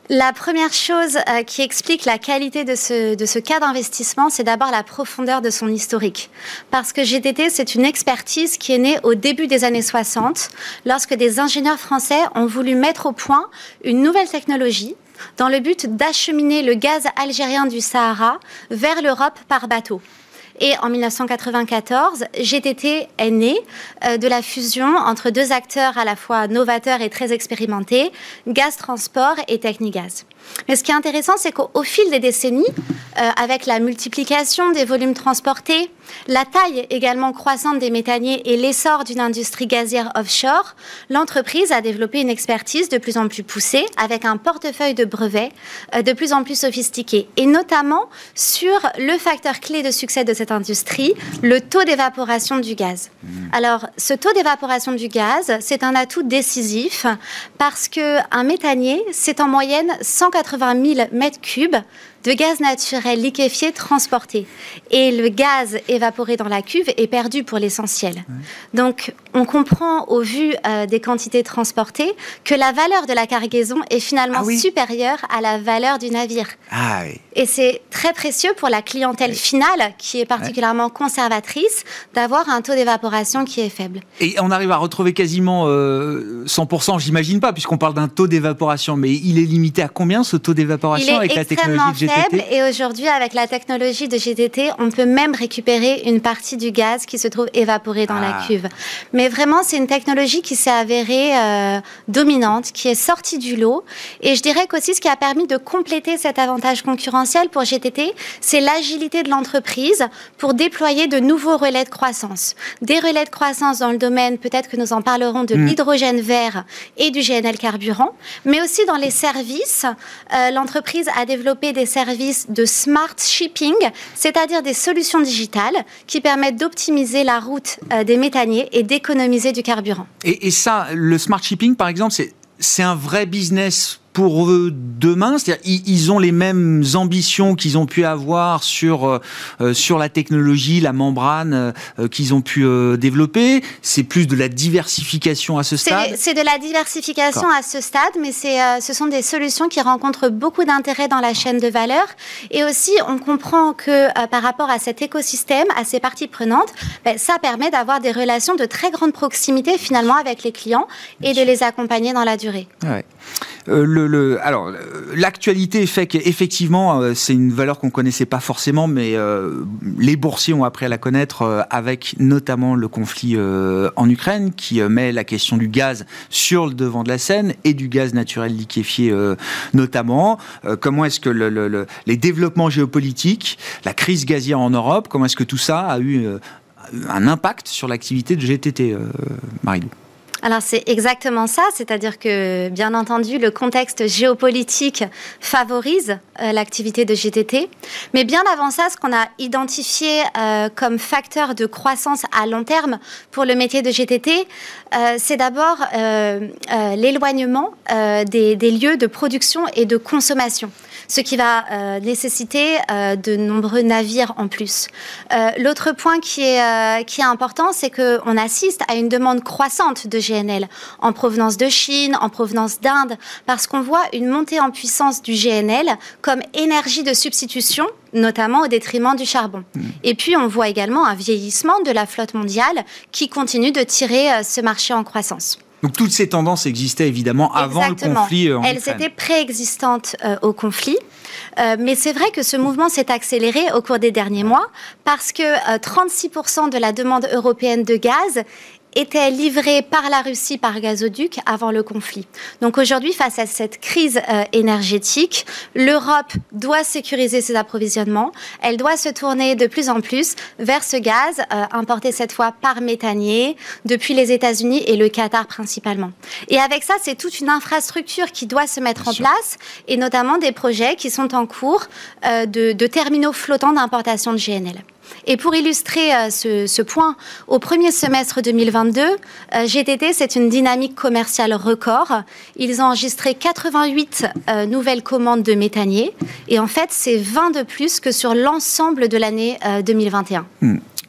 La première chose euh, qui explique la qualité de ce, de ce cas d'investissement, c'est d'abord la profondeur de son historique. Parce que G T T, c'est une expertise qui est née au début des années soixante, lorsque des ingénieurs français ont voulu mettre au point une nouvelle technologie dans le but d'acheminer le gaz algérien du Sahara vers l'Europe par bateau. Et en dix-neuf cent quatre-vingt-quatorze, G T T est né euh, de la fusion entre deux acteurs à la fois novateurs et très expérimentés, Gaz Transport et Technigaz. Mais ce qui est intéressant, c'est qu'au au fil des décennies, euh, avec la multiplication des volumes transportés, la taille également croissante des méthaniers et l'essor d'une industrie gazière offshore, l'entreprise a développé une expertise de plus en plus poussée, avec un portefeuille de brevets euh, de plus en plus sophistiqué, et notamment sur le facteur clé de succès de cette industrie, le taux d'évaporation du gaz. Alors, ce taux d'évaporation du gaz, c'est un atout décisif parce qu'un méthanier, c'est en moyenne cent quatre-vingt mille mètres cubes de gaz naturel liquéfié transporté. Et le gaz évaporé dans la cuve est perdu pour l'essentiel. Ouais. Donc, on comprend au vu euh, des quantités transportées que la valeur de la cargaison est finalement ah oui. supérieure à la valeur du navire. Ah oui. Et c'est très précieux pour la clientèle oui. finale, qui est particulièrement ouais. conservatrice, d'avoir un taux d'évaporation qui est faible. Et on arrive à retrouver quasiment euh, cent pour cent, j'imagine pas, puisqu'on parle d'un taux d'évaporation, mais il est limité à combien ce taux d'évaporation avec la technologie de G T T ? Faible, et aujourd'hui, avec la technologie de G T T, on peut même récupérer une partie du gaz qui se trouve évaporé dans ah. la cuve. Mais vraiment, c'est une technologie qui s'est avérée euh, dominante, qui est sortie du lot. Et je dirais qu'aussi, ce qui a permis de compléter cet avantage concurrentiel pour G T T, c'est l'agilité de l'entreprise pour déployer de nouveaux relais de croissance. Des relais de croissance dans le domaine, peut-être que nous en parlerons, de mmh. l'hydrogène vert et du G N L carburant, mais aussi dans les services. Euh, l'entreprise a développé des services de smart shipping, c'est-à-dire des solutions digitales qui permettent d'optimiser la route euh, des méthaniers et d'économiser du carburant. Et, et ça, le smart shipping, par exemple, c'est, c'est un vrai business pour eux demain, c'est-à-dire ils ont les mêmes ambitions qu'ils ont pu avoir sur euh, sur la technologie, la membrane euh, qu'ils ont pu euh, développer. C'est plus de la diversification à ce stade. C'est, c'est de la diversification D'accord. à ce stade, mais c'est euh, ce sont des solutions qui rencontrent beaucoup d'intérêt dans la chaîne de valeur. Et aussi, on comprend que euh, par rapport à cet écosystème, à ces parties prenantes, ben, ça permet d'avoir des relations de très grande proximité finalement avec les clients et de les accompagner dans la durée. Ouais. Euh, le, le, alors, l'actualité fait qu'effectivement, euh, c'est une valeur qu'on ne connaissait pas forcément, mais euh, les boursiers ont appris à la connaître euh, avec notamment le conflit euh, en Ukraine qui euh, met la question du gaz sur le devant de la scène et du gaz naturel liquéfié euh, notamment. Euh, comment est-ce que le, le, le, les développements géopolitiques, la crise gazière en Europe, comment est-ce que tout ça a eu euh, un impact sur l'activité de G T T, euh, Marie-Lou ? Alors c'est exactement ça, c'est-à-dire que bien entendu le contexte géopolitique favorise euh, l'activité de G T T, mais bien avant ça, ce qu'on a identifié euh, comme facteur de croissance à long terme pour le métier de G T T, euh, c'est d'abord euh, euh, l'éloignement euh, des, des lieux de production et de consommation, ce qui va euh, nécessiter euh, de nombreux navires en plus. Euh, l'autre point qui est, euh, qui est important, c'est qu'on assiste à une demande croissante de G N L en provenance de Chine, en provenance d'Inde, parce qu'on voit une montée en puissance du G N L comme énergie de substitution, notamment au détriment du charbon. Mmh. Et puis, on voit également un vieillissement de la flotte mondiale qui continue de tirer euh, ce marché en croissance. Donc toutes ces tendances existaient évidemment avant Exactement. le conflit en Elles Ukraine. étaient préexistantes euh, au conflit, euh, mais c'est vrai que ce mouvement s'est accéléré au cours des derniers mois parce que euh, trente-six pour cent de la demande européenne de gaz était livrée par la Russie par gazoduc avant le conflit. Donc aujourd'hui, face à cette crise euh, énergétique, l'Europe doit sécuriser ses approvisionnements. Elle doit se tourner de plus en plus vers ce gaz, euh, importé cette fois par méthanier, depuis les États-Unis et le Qatar principalement. Et avec ça, c'est toute une infrastructure qui doit se mettre Bien en sûr. place, et notamment des projets qui sont en cours euh, de, de terminaux flottants d'importation de G N L. Et pour illustrer euh, ce, ce point, au premier semestre deux mille vingt-deux, euh, G T T, c'est une dynamique commerciale record. Ils ont enregistré quatre-vingt-huit euh, nouvelles commandes de méthaniers. Et en fait, c'est vingt de plus que sur l'ensemble de l'année euh, deux mille vingt et un. Mmh.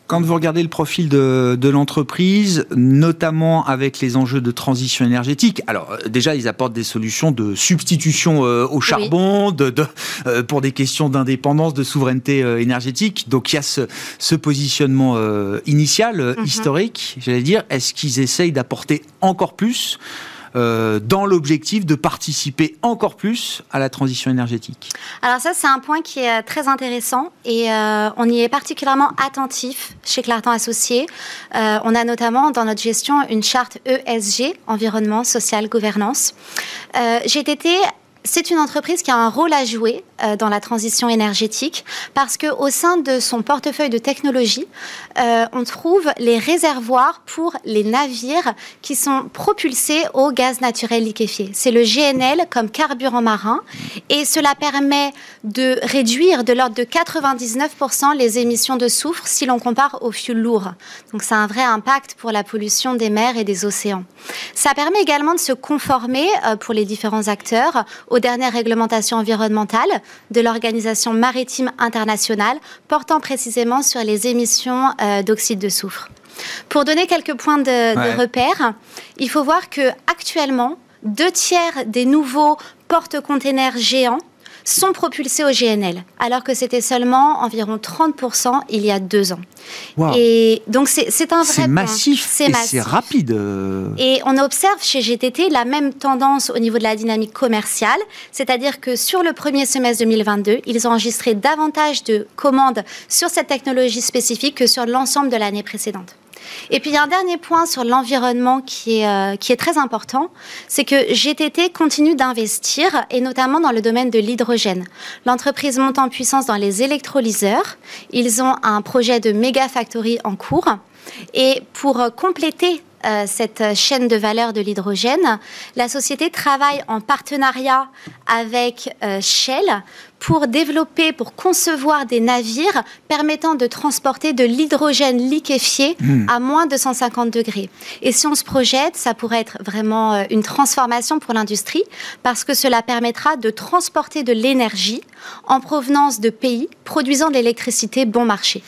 Quand vous regardez le profil de, de l'entreprise, notamment avec les enjeux de transition énergétique, alors déjà ils apportent des solutions de substitution euh, au charbon, oui. de, de, euh, pour des questions d'indépendance, de souveraineté euh, énergétique. Donc il y a ce, ce positionnement euh, initial, euh, mm-hmm. historique, j'allais dire. Est-ce qu'ils essayent d'apporter encore plus Euh, dans l'objectif de participer encore plus à la transition énergétique? Alors ça, c'est un point qui est très intéressant et euh, on y est particulièrement attentif chez Clartan Associés. Euh, on a notamment dans notre gestion une charte E S G, environnement, social, gouvernance. Euh, G T T, c'est une entreprise qui a un rôle à jouer euh, dans la transition énergétique parce qu'au sein de son portefeuille de technologies, euh, on trouve les réservoirs pour les navires qui sont propulsés au gaz naturel liquéfié. C'est le G N L comme carburant marin et cela permet de réduire de l'ordre de quatre-vingt-dix-neuf pour cent les émissions de soufre si l'on compare au fioul lourd. Donc c'est un vrai impact pour la pollution des mers et des océans. Ça permet également de se conformer euh, pour les différents acteurs aux dernières réglementations environnementales de l'Organisation maritime internationale portant précisément sur les émissions euh, d'oxyde de soufre. Pour donner quelques points de, ouais. de repère, il faut voir qu'actuellement, deux tiers des nouveaux porte-containers géants sont propulsés au G N L, alors que c'était seulement environ trente pour cent il y a deux ans. Wow. Et donc c'est, c'est un vrai c'est massif, point. C'est et massif. C'est rapide. Et on observe chez G T T la même tendance au niveau de la dynamique commerciale, c'est-à-dire que sur le premier semestre deux mille vingt-deux, ils ont enregistré davantage de commandes sur cette technologie spécifique que sur l'ensemble de l'année précédente. Et puis il y a un dernier point sur l'environnement qui est, euh, qui est très important, c'est que G T T continue d'investir, et notamment dans le domaine de l'hydrogène. L'entreprise monte en puissance dans les électrolyseurs, ils ont un projet de méga factory en cours, et pour euh, compléter Euh, cette chaîne de valeur de l'hydrogène, la société travaille en partenariat avec euh, Shell pour développer, pour concevoir des navires permettant de transporter de l'hydrogène liquéfié mmh. à moins de cent cinquante degrés. Et si on se projette, ça pourrait être vraiment euh, une transformation pour l'industrie parce que cela permettra de transporter de l'énergie en provenance de pays produisant de l'électricité bon marché.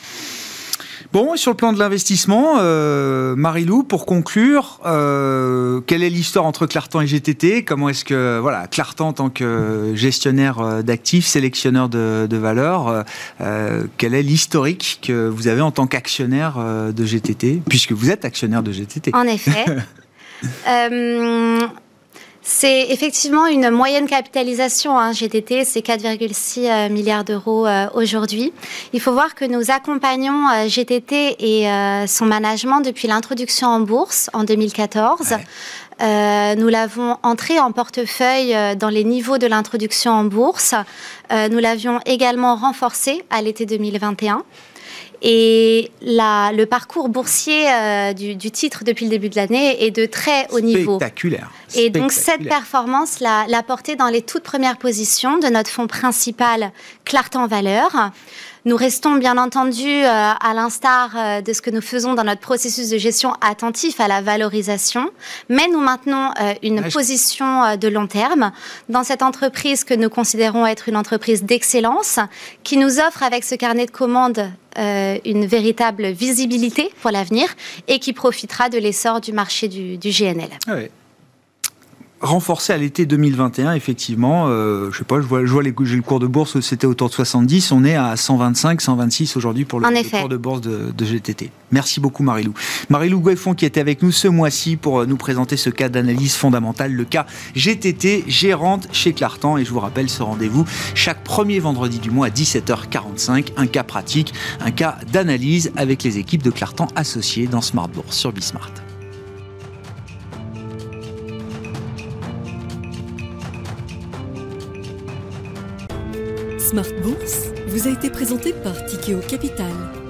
Bon, sur le plan de l'investissement, euh, Marie-Lou, pour conclure, euh, quelle est l'histoire entre Clartan et G T T? Comment est-ce que, voilà, Clartan en tant que gestionnaire d'actifs, sélectionneur de, de valeurs, euh, quel est l'historique que vous avez en tant qu'actionnaire de G T T, puisque vous êtes actionnaire de G T T? En effet. euh... C'est effectivement une moyenne capitalisation, hein, G T T, c'est quatre virgule six milliards d'euros euh, aujourd'hui. Il faut voir que nous accompagnons euh, G T T et euh, son management depuis l'introduction en bourse en deux mille quatorze. Ouais. Euh, nous l'avons entré en portefeuille euh, dans les niveaux de l'introduction en bourse. Euh, nous l'avions également renforcé à l'été deux mille vingt et un. Et la, le parcours boursier euh, du, du titre depuis le début de l'année est de très haut niveau. Spectaculaire. Et donc cette performance l'a, l'a porté dans les toutes premières positions de notre fonds principal Clartan Valeurs. Nous restons bien entendu, euh, à l'instar euh, de ce que nous faisons dans notre processus de gestion, attentifs à la valorisation, mais nous maintenons euh, une ah, position euh, de long terme dans cette entreprise que nous considérons être une entreprise d'excellence, qui nous offre avec ce carnet de commandes euh, une véritable visibilité pour l'avenir et qui profitera de l'essor du marché du, du G N L. Ah oui. Renforcé à l'été deux mille vingt et un, effectivement, euh, je sais pas, je vois, je vois les, j'ai le cours de bourse, c'était autour de soixante-dix, on est à cent vingt-cinq, cent vingt-six aujourd'hui pour le, le cours de bourse de, de G T T. Merci beaucoup Marie-Lou. Marie-Lou Gueffon qui était avec nous ce mois-ci pour nous présenter ce cas d'analyse fondamentale, le cas G T T, gérante chez Clartan. Et je vous rappelle ce rendez-vous chaque premier vendredi du mois à dix-sept heures quarante-cinq, un cas pratique, un cas d'analyse avec les équipes de Clartan associées dans Smart Bourse sur Bismart. Smart Bourse vous a été présenté par Tikeo Capital.